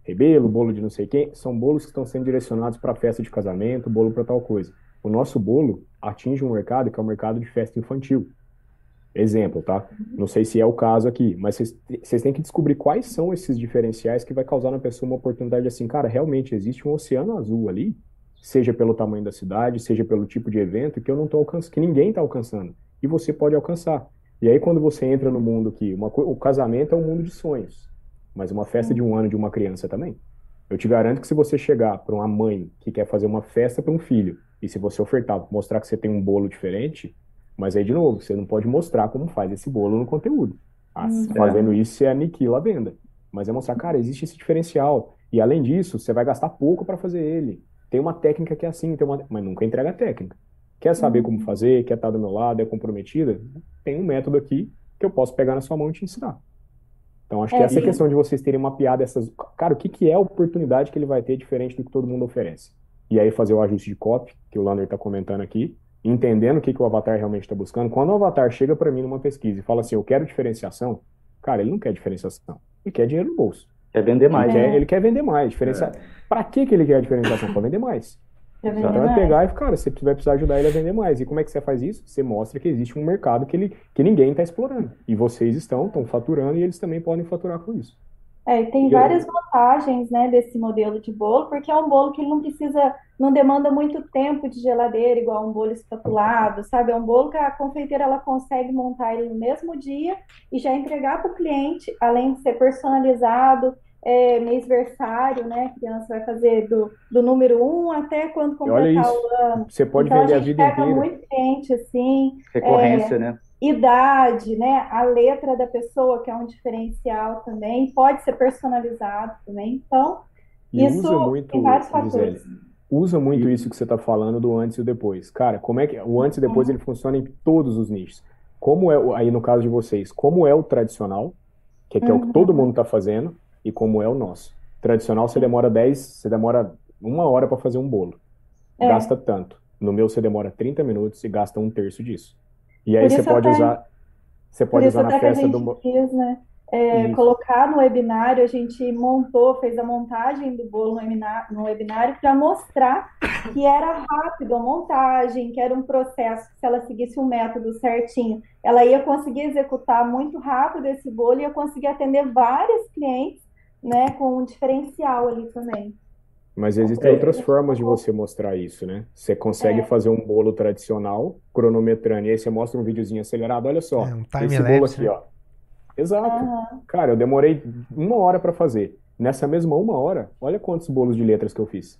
Speaker 4: Rebelo, bolo de não sei quem, são bolos que estão sendo direcionados para festa de casamento, bolo para tal coisa. O nosso bolo atinge um mercado que é o mercado de festa infantil. Exemplo, tá? Não sei se é o caso aqui, mas vocês vocês têm que descobrir quais são esses diferenciais que vai causar na pessoa uma oportunidade assim, cara, realmente existe um oceano azul ali, seja pelo tamanho da cidade, seja pelo tipo de evento que eu não tô alcançando, que ninguém está alcançando, e você pode alcançar. E aí quando você entra no mundo que uma, o casamento é um mundo de sonhos, mas uma festa de um ano de uma criança também. Eu te garanto que se você chegar para uma mãe que quer fazer uma festa para um filho, e se você ofertar, mostrar que você tem um bolo diferente, mas aí, de novo, você não pode mostrar como faz esse bolo no conteúdo. Ah, fazendo isso, você aniquila a venda. Mas é mostrar, cara, existe esse diferencial. E além disso, você vai gastar pouco para fazer ele. Tem uma técnica que é assim, tem uma... mas nunca entrega a técnica. Quer saber como fazer, quer estar do meu lado, é comprometida? Tem um método aqui que eu posso pegar na sua mão e te ensinar. Então, acho que
Speaker 3: É,
Speaker 4: essa
Speaker 3: e-
Speaker 4: questão de vocês terem mapeado essas... Cara, o que, que é a oportunidade que ele vai ter diferente do que todo mundo oferece? E aí fazer o ajuste de copy, que o Lander está comentando aqui, entendendo o que, que o avatar realmente está buscando. Quando o avatar chega para mim numa pesquisa e fala assim, eu quero diferenciação, cara, ele não quer diferenciação. Ele quer dinheiro no bolso.
Speaker 2: Quer vender
Speaker 4: Ele
Speaker 2: mais.
Speaker 4: quer, ele quer vender mais. Diferencia... Para que, que ele quer a diferenciação? Para vender mais.
Speaker 3: Pra vender
Speaker 4: Então é
Speaker 3: mais.
Speaker 4: pegar e, cara, você vai precisar ajudar ele a vender mais. E como é que você faz isso? Você mostra que existe um mercado que, ele, que ninguém está explorando. E vocês estão, estão faturando e eles também podem faturar com isso.
Speaker 3: É, e tem
Speaker 2: E eu-
Speaker 3: várias vantagens, né, desse modelo de bolo, porque é um bolo que ele não precisa, não demanda muito tempo de geladeira, igual um bolo espatulado, sabe? É um bolo que a confeiteira ela consegue montar ele no mesmo dia e já entregar para o cliente, além de ser personalizado, é, mêsversário, né? A criança vai fazer do, do número um até quando
Speaker 4: E olha
Speaker 3: completar
Speaker 4: isso.
Speaker 3: o ano.
Speaker 4: Você pode
Speaker 3: Então a
Speaker 4: vender a
Speaker 3: gente
Speaker 4: vida
Speaker 3: pega
Speaker 4: inteira.
Speaker 3: muito cliente assim,
Speaker 2: Recorrência, né?
Speaker 3: idade, né? A letra da pessoa, que é um diferencial também, pode ser personalizado também. Então,
Speaker 4: E
Speaker 3: isso
Speaker 4: usa muito,
Speaker 3: tem vários
Speaker 4: Gisele,
Speaker 3: fatores.
Speaker 4: usa muito
Speaker 2: E-
Speaker 4: isso que você está falando do antes e o depois. Cara, como é que o antes e depois ele funciona em todos os nichos? Como é, o- aí no caso de vocês, como é o tradicional, que, é que é o que todo mundo está fazendo, e como é o nosso. Tradicional você demora dez, você demora uma hora para fazer um bolo.
Speaker 3: É.
Speaker 4: Gasta tanto. No meu você demora trinta minutos e gasta um terço disso. E aí
Speaker 3: Por
Speaker 4: você
Speaker 3: isso
Speaker 4: pode
Speaker 3: até-
Speaker 4: usar, você
Speaker 3: Por
Speaker 4: pode
Speaker 3: isso
Speaker 4: usar na
Speaker 3: até que a
Speaker 4: festa
Speaker 3: gente
Speaker 4: do bo-
Speaker 3: quis, né? é,
Speaker 4: Isso.
Speaker 3: colocar no webinário, a gente montou, fez a montagem do bolo no webina- no webinário para mostrar que era rápido a montagem, que era um processo, que se ela seguisse um método certinho, ela ia conseguir executar muito rápido esse bolo e ia conseguir atender vários clientes, né, com um diferencial ali também.
Speaker 4: Mas existem
Speaker 5: É.
Speaker 4: outras formas de você mostrar isso, né? Você consegue
Speaker 3: É.
Speaker 4: fazer um bolo tradicional, cronometrando, e aí você mostra um videozinho acelerado. Olha só,
Speaker 1: É, um
Speaker 4: esse
Speaker 1: time-lapse,
Speaker 4: bolo aqui,
Speaker 1: né?
Speaker 4: ó. Exato.
Speaker 3: Aham.
Speaker 4: Cara, eu demorei uma hora para fazer. Nessa mesma uma hora, olha quantos bolos de letras que eu fiz.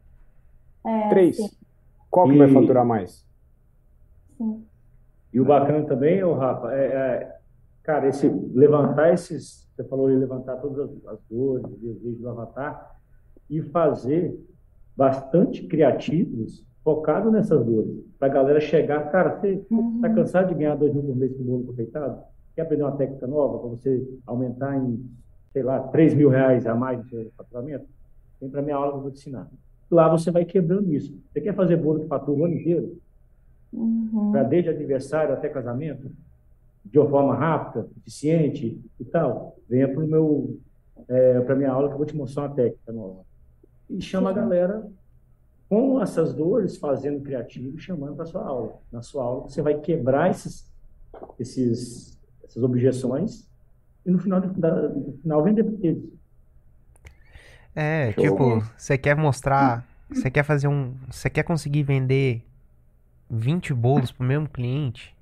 Speaker 3: É,
Speaker 4: Três.
Speaker 3: sim,
Speaker 4: Qual que vai
Speaker 5: E-
Speaker 4: faturar mais?
Speaker 3: sim.
Speaker 5: E o bacana também, ô Rafa, é, é, cara, esse levantar esses, você falou de levantar todas as, as dores, os desejos do avatar e fazer bastante criativos focado nessas dores, para a galera chegar, cara, você tá cansado de ganhar dois mil por mês com bolo confeitado? Quer aprender uma técnica nova para você aumentar em, sei lá, três mil reais a mais no seu faturamento? Vem para minha aula que eu vou te ensinar. Lá você vai quebrando isso. Você quer fazer bolo que fatura o ano inteiro?
Speaker 3: Uhum.
Speaker 5: Para desde aniversário até casamento, de uma forma rápida, eficiente e tal, venha para meu, é, para minha aula que eu vou te mostrar uma técnica nova. E chama a galera com essas dores, fazendo criativo, chamando para sua aula. Na sua aula você vai quebrar esses, esses, essas objeções e no final, da- no final vender para eles.
Speaker 1: É,
Speaker 2: Show.
Speaker 1: tipo, você quer mostrar, você quer fazer um, você quer conseguir vender vinte bolos pro mesmo cliente?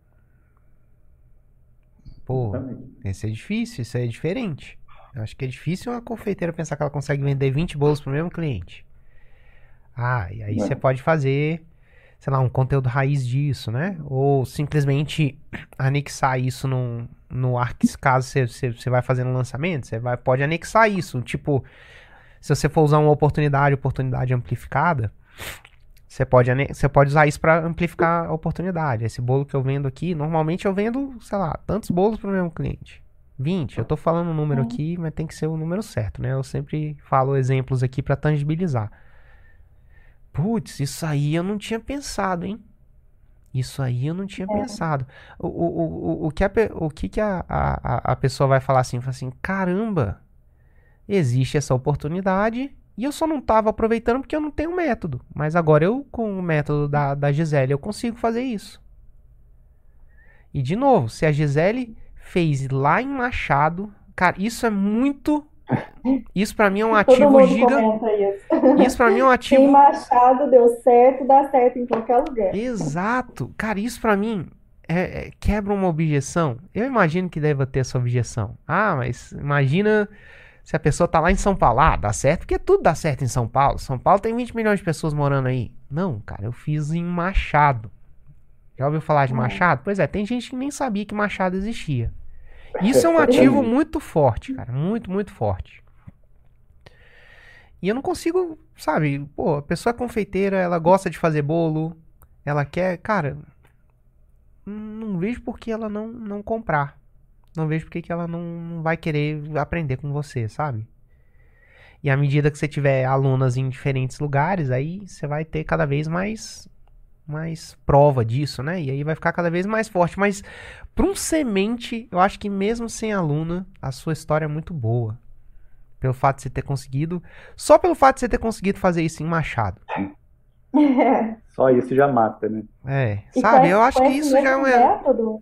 Speaker 1: Pô,
Speaker 5: Exatamente.
Speaker 1: esse é difícil, isso é diferente. Eu acho que é difícil uma confeiteira pensar que ela consegue vender vinte bolos pro mesmo cliente. Ah, e aí
Speaker 2: É.
Speaker 1: você pode fazer, sei lá, um conteúdo raiz disso, né? Ou simplesmente anexar isso num, no Arquis, caso você, você, você vai fazendo lançamento, você vai, pode anexar isso. Tipo, se você for usar uma oportunidade, oportunidade amplificada, você pode, ane- você pode usar isso para amplificar a oportunidade. Esse bolo que eu vendo aqui, normalmente eu vendo, sei lá, tantos bolos para o mesmo cliente. vinte. Eu tô falando um número aqui, mas tem que ser o número certo, né? Eu sempre falo exemplos aqui para tangibilizar. Putz, isso aí eu não tinha pensado, hein? Isso aí eu não tinha pensado. O, o, o, o, o que, a, pe- o que, que a, a, a- a pessoa vai falar assim? Fala assim, caramba, existe essa oportunidade e eu só não estava aproveitando porque eu não tenho método. Mas agora eu, com o método da, da Gisele, eu consigo fazer isso. E de novo, se a Gisele fez lá em Machado, cara, isso é muito... Isso pra mim é um
Speaker 3: Todo
Speaker 1: ativo
Speaker 3: mundo
Speaker 1: giga...
Speaker 3: comenta isso.
Speaker 1: Isso pra mim é um ativo...
Speaker 3: Tem Machado, deu certo, dá certo em qualquer lugar.
Speaker 1: Exato. Cara, isso pra mim é, é- quebra uma objeção. Eu imagino que deva ter essa objeção. Ah, mas imagina se a pessoa tá lá em São Paulo. Ah, dá certo porque tudo dá certo em São Paulo. São Paulo tem vinte milhões de pessoas morando aí. Não, cara, eu fiz em Machado. Já ouviu falar de
Speaker 3: É.
Speaker 1: Machado? Pois é, tem gente que nem sabia que Machado existia. Isso é um ativo muito forte, cara. Muito, muito forte. E eu não consigo, sabe? Pô, a pessoa é confeiteira, ela gosta de fazer bolo, ela quer, cara, não vejo por que ela não, não comprar. Não vejo por que que ela não, não vai querer aprender com você, sabe? E à medida que você tiver alunas em diferentes lugares, aí você vai ter cada vez mais, mais prova disso, né? E aí vai ficar cada vez mais forte. Mas para um semente, eu acho que mesmo sem aluna, a sua história é muito boa. Pelo fato de você ter conseguido. Só pelo fato de você ter conseguido fazer isso em Machado.
Speaker 3: É.
Speaker 2: Só isso já mata, né?
Speaker 1: É,
Speaker 3: E
Speaker 1: sabe?
Speaker 3: com
Speaker 1: Eu
Speaker 3: esse-
Speaker 1: acho
Speaker 3: com
Speaker 1: que
Speaker 3: esse
Speaker 1: isso já é
Speaker 3: mesmo
Speaker 1: um.
Speaker 3: método,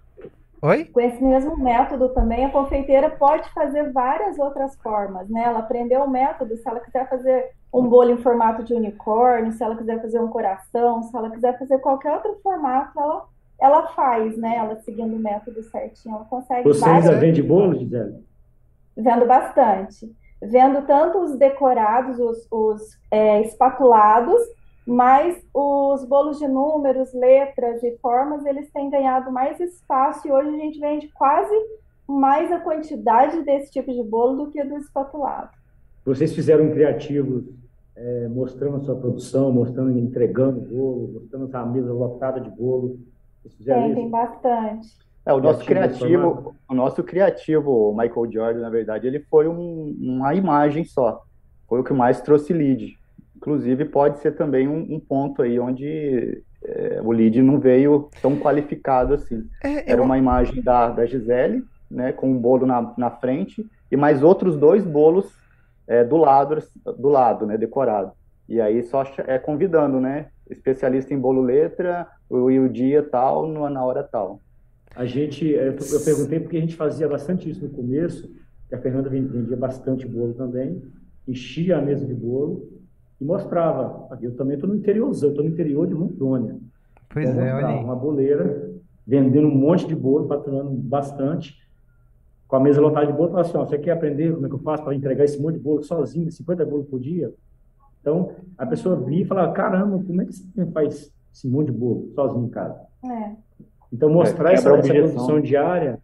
Speaker 1: Oi?
Speaker 3: com esse mesmo método também, a confeiteira pode fazer várias outras formas, né? Ela aprendeu o método, se ela quiser fazer um bolo em formato de unicórnio, se ela quiser fazer um coração, se ela quiser fazer qualquer outro formato, ela, ela faz, né? Ela seguindo o método certinho, ela consegue
Speaker 5: Você ainda
Speaker 3: várias,
Speaker 5: vende bolo, Gisele?
Speaker 3: vendo bastante. Vendo tanto os decorados, os, os é, espatulados, mas os bolos de números, letras e formas, eles têm ganhado mais espaço e hoje a gente vende quase mais a quantidade desse tipo de bolo do que do espatulado.
Speaker 5: Vocês fizeram um criativo é, mostrando a sua produção, mostrando, entregando bolo, mostrando a mesa lotada de bolo. Vocês fizeram
Speaker 3: Tem,
Speaker 5: isso?
Speaker 3: tem bastante.
Speaker 2: É, o nosso
Speaker 5: Criativo
Speaker 2: criativo, o nosso criativo, o Michael Jordan, na verdade, ele foi um- uma imagem só. Foi o que mais trouxe lead. Inclusive, pode ser também um, um ponto aí onde é, o lead não veio tão qualificado assim.
Speaker 1: É,
Speaker 2: Era
Speaker 1: eu,
Speaker 2: uma imagem da, da Gisele, né, com um bolo na, na frente e mais outros dois bolos é, do lado, do lado, né, decorado. E aí só ch- é convidando, né, especialista em bolo letra, o, e o dia tal, no- na hora tal.
Speaker 5: A gente, eu eu perguntei porque a gente fazia bastante isso no começo, que a Fernanda vendia bastante bolo também, enchia a mesa de bolo e mostrava. Eu também estou no interiorzão, estou no interior de Rondônia.
Speaker 1: pois
Speaker 5: Então,
Speaker 1: é, olha
Speaker 5: mostrava
Speaker 1: aí.
Speaker 5: uma boleira vendendo um monte de bolo, faturando bastante, com a mesa lotada de bolo, falava assim, ó, você quer aprender como é que eu faço para entregar esse monte de bolo sozinho, cinquenta bolos por dia? Então, a pessoa via e falava, caramba, como é que você faz esse monte de bolo sozinho em casa?
Speaker 3: É.
Speaker 5: Então, mostrar
Speaker 2: É,
Speaker 5: essa,
Speaker 2: quebra a
Speaker 5: essa
Speaker 2: objeção.
Speaker 5: produção diária,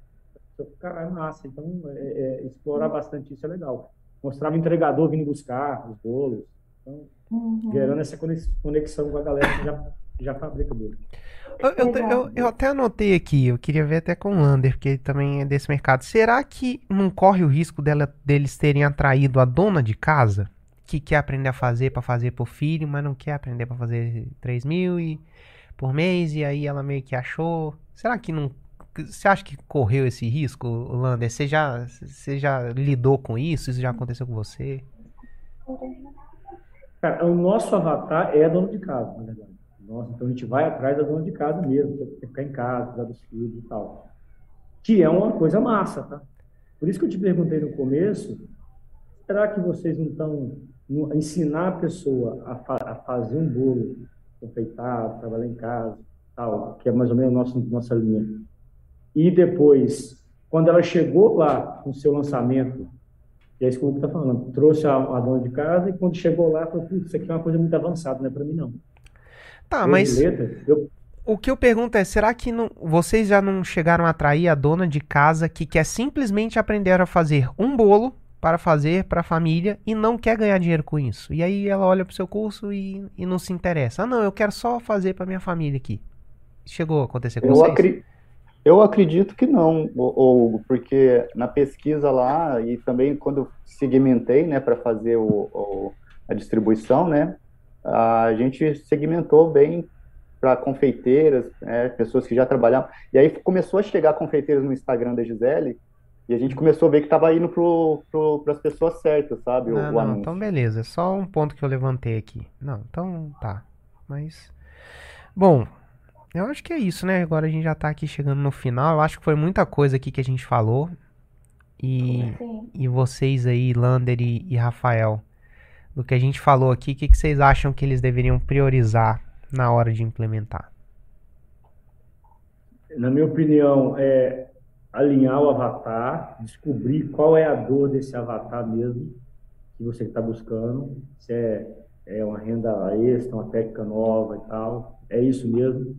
Speaker 5: caralho, massa. Então, é, é, explorar bastante isso é legal. Mostrava o entregador vindo buscar os bolos. Então,
Speaker 3: Uhum.
Speaker 5: gerando essa conex- conexão com a galera que já, já fabrica bolo.
Speaker 1: Eu, eu, te- eu- eu até anotei aqui, eu queria ver até com o Lander, porque ele também é desse mercado. Será que não corre o risco dela, deles terem atraído a dona de casa, que quer aprender a fazer pra fazer pro filho, mas não quer aprender pra fazer três mil e, por mês, e aí ela meio que achou. Será que não. Você acha que correu esse risco, Lander? Você já, você já lidou com isso? Isso já aconteceu com você?
Speaker 5: Cara, o nosso avatar é a dona de casa, na verdade. Nossa, então a gente vai atrás da dona de casa mesmo, quer ficar em casa, cuidar dos filhos e tal. Que é uma coisa massa, tá? Por isso que eu te perguntei no começo, será que vocês não estão ensinar a pessoa a, fa a fazer um bolo confeitado, trabalhar em casa, tal, que é mais ou menos nossa nossa linha. E depois, quando ela chegou lá no seu lançamento, e é isso que o Hugo está falando, trouxe a, a dona de casa e quando chegou lá, falou, putz, isso aqui é uma coisa muito avançada, não é para mim não.
Speaker 1: Tá,
Speaker 5: Eu,
Speaker 1: mas
Speaker 5: de letra, eu,
Speaker 1: o que eu pergunto é, será que não, vocês já não chegaram a atrair a dona de casa que quer simplesmente aprender a fazer um bolo para fazer para a família e não quer ganhar dinheiro com isso? E aí ela olha pro seu curso e, e não se interessa. Ah, não, eu quero só fazer para minha família aqui. Chegou a acontecer com
Speaker 2: Eu,
Speaker 1: vocês?
Speaker 2: acri- eu acredito que não, ô- Hugo, porque na pesquisa lá e também quando eu segmentei, né, para fazer o, o- a distribuição, né, a gente segmentou bem para confeiteiras, né, pessoas que já trabalhavam. E aí começou a chegar confeiteiras no Instagram da Gisele E a gente começou a ver que estava indo pro, pro, para as pessoas certas, sabe? O,
Speaker 1: Não,
Speaker 2: o
Speaker 1: não,
Speaker 2: anúncio.
Speaker 1: então beleza. É só um ponto que eu levantei aqui. Não, então tá. Mas. Bom, eu acho que é isso, né? Agora a gente já tá aqui chegando no final. Eu acho que foi muita coisa aqui que a gente falou. E,
Speaker 3: Sim.
Speaker 1: e vocês aí, Lander e, e Rafael, do que a gente falou aqui, o que, que vocês acham que eles deveriam priorizar na hora de implementar?
Speaker 5: Na minha opinião, é alinhar o avatar, descobrir qual é a dor desse avatar mesmo que você está buscando, se é, é uma renda extra, uma técnica nova e tal, é isso mesmo.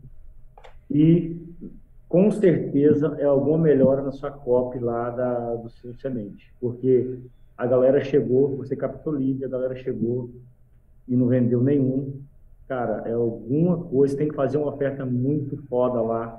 Speaker 5: E, com certeza, é alguma melhora na sua copy lá da, do seu semente, porque a galera chegou, você captou lead, a galera chegou e não vendeu nenhum. Cara, é alguma coisa, tem que fazer uma oferta muito foda lá,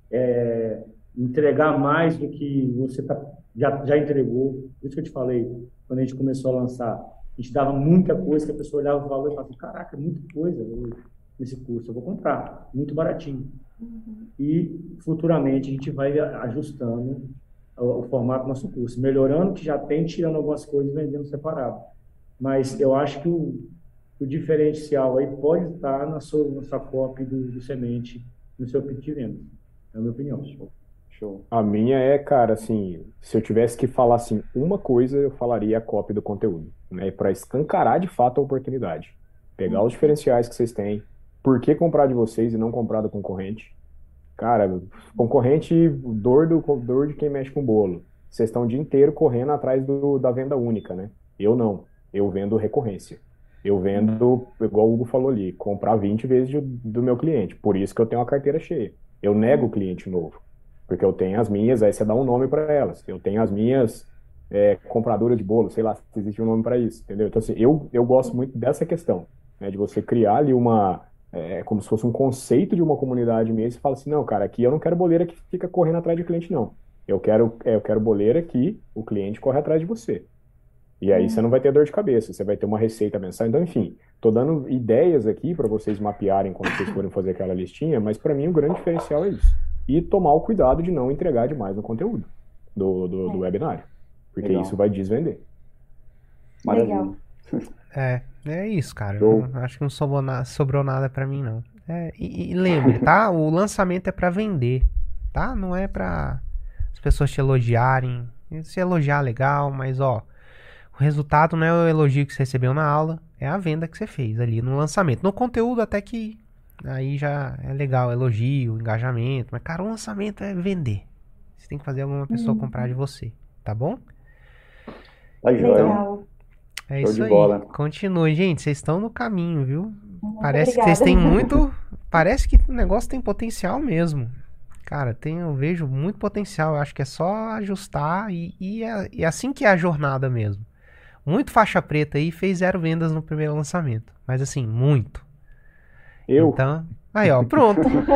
Speaker 5: é, entregar mais do que você tá, já, já entregou. Por isso que eu te falei, quando a gente começou a lançar, a gente dava muita coisa que a pessoa olhava o valor e falava, caraca, é muita coisa nesse curso, eu vou comprar, muito baratinho.
Speaker 3: Uhum.
Speaker 5: E futuramente a gente vai ajustando o, o formato do nosso curso, melhorando o que já tem, tirando algumas coisas e vendendo separado. Mas eu acho que o, o diferencial aí pode estar na sua, na sua copy do, do semente, no seu pitch de venda. É a minha opinião.
Speaker 2: Show.
Speaker 4: A minha é, cara, assim, se eu tivesse que falar assim, uma coisa, eu falaria a copy do conteúdo, né? Para escancarar de fato a oportunidade. Pegar os diferenciais que vocês têm, por que comprar de vocês e não comprar do concorrente? Cara, concorrente, dor, do, dor de quem mexe com bolo. Vocês estão o dia inteiro correndo atrás do, da venda única, né? Eu não. Eu vendo recorrência. Eu vendo, igual o Hugo falou ali, comprar vinte vezes de, do meu cliente. Por isso que eu tenho uma carteira cheia. Eu nego o cliente novo. Porque eu tenho as minhas, aí você dá um nome para elas. Eu tenho as minhas é, compradoras de bolo, sei lá se existe um nome para isso, entendeu? Então, assim, eu, eu gosto muito dessa questão, né? De você criar ali uma... É como se fosse um conceito de uma comunidade mesmo, e fala assim, não, cara, aqui eu não quero boleira que fica correndo atrás de cliente, não. Eu quero, é, eu quero boleira que o cliente corre atrás de você. E aí você não vai ter dor de cabeça, você vai ter uma receita mensal. Então, enfim, tô dando ideias aqui para vocês mapearem quando vocês forem fazer aquela listinha, mas para mim o grande diferencial é isso. E tomar o cuidado de não entregar demais no conteúdo do, do, do webinário, porque
Speaker 2: Legal.
Speaker 4: isso vai desvender.
Speaker 2: Maravilha.
Speaker 3: Legal.
Speaker 1: É, é isso, cara.
Speaker 4: Show.
Speaker 1: Não, acho que não sobrou, na, sobrou nada pra mim, não. É, e, e lembre, tá? O lançamento é pra vender, tá? Não é pra as pessoas te elogiarem. Se elogiar, legal, mas ó, o resultado não é o elogio que você recebeu na aula, é a venda que você fez ali no lançamento. No conteúdo até que aí já é legal, elogio, engajamento, mas cara, o lançamento é vender. Você tem que fazer alguma pessoa
Speaker 3: Uhum.
Speaker 1: comprar de você, tá bom?
Speaker 2: Tá joia.
Speaker 3: Legal.
Speaker 1: É
Speaker 2: Show
Speaker 1: isso
Speaker 2: de
Speaker 1: aí.
Speaker 2: bola.
Speaker 1: Continue, gente. Vocês estão no caminho, viu?
Speaker 3: Muito
Speaker 1: Parece que
Speaker 3: obrigada.
Speaker 1: vocês têm muito. Parece que o negócio tem potencial mesmo. Cara, tem, eu vejo muito potencial. Eu acho que é só ajustar e, e, é, e é assim que é a jornada mesmo. Muito faixa preta aí fez zero vendas no primeiro lançamento. Mas assim, muito.
Speaker 4: Eu,
Speaker 1: Então, aí ó, pronto.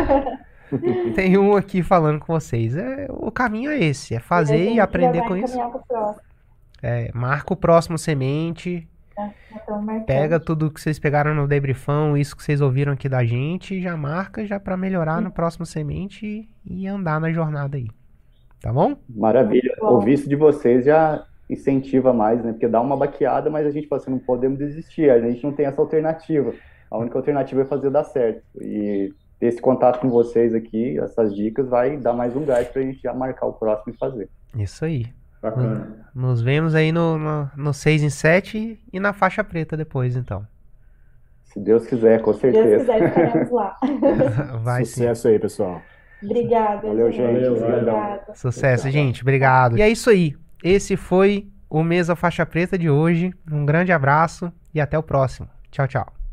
Speaker 1: Tem um aqui falando com vocês. É, o caminho é esse, é fazer
Speaker 3: A
Speaker 1: e
Speaker 3: gente
Speaker 1: aprender
Speaker 3: já vai
Speaker 1: com isso.
Speaker 3: encaminhar pro próximo.
Speaker 1: É, marca o próximo semente.
Speaker 3: Já estamos marcando.
Speaker 1: Pega tudo que vocês pegaram no debriefão, isso que vocês ouviram aqui da gente, já marca já pra melhorar no próximo semente e, e andar na jornada aí. Tá bom?
Speaker 2: Maravilha.
Speaker 3: Bom.
Speaker 2: Ouvir isso de vocês já incentiva mais, né? Porque dá uma baqueada, mas a gente fala assim, não podemos desistir, a gente não tem essa alternativa. A única alternativa é fazer dar certo. E ter esse contato com vocês aqui, essas dicas, vai dar mais um gás pra gente já marcar o próximo e fazer.
Speaker 1: Isso aí.
Speaker 5: Bacana.
Speaker 1: Nos vemos aí no, no, no seis em sete e na faixa preta depois, então.
Speaker 2: Se Deus quiser, com
Speaker 3: Se Deus
Speaker 2: certeza.
Speaker 3: quiser, estaremos lá.
Speaker 1: Vai sim.
Speaker 4: sucesso aí, pessoal.
Speaker 3: Obrigada,
Speaker 2: Valeu,
Speaker 3: gente.
Speaker 2: gente.
Speaker 5: Valeu, valeu.
Speaker 3: Obrigada.
Speaker 1: Sucesso, gente. Obrigado. E é isso aí. Esse foi o Mesa Faixa Preta de hoje. Um grande abraço e até o próximo. Tchau, tchau.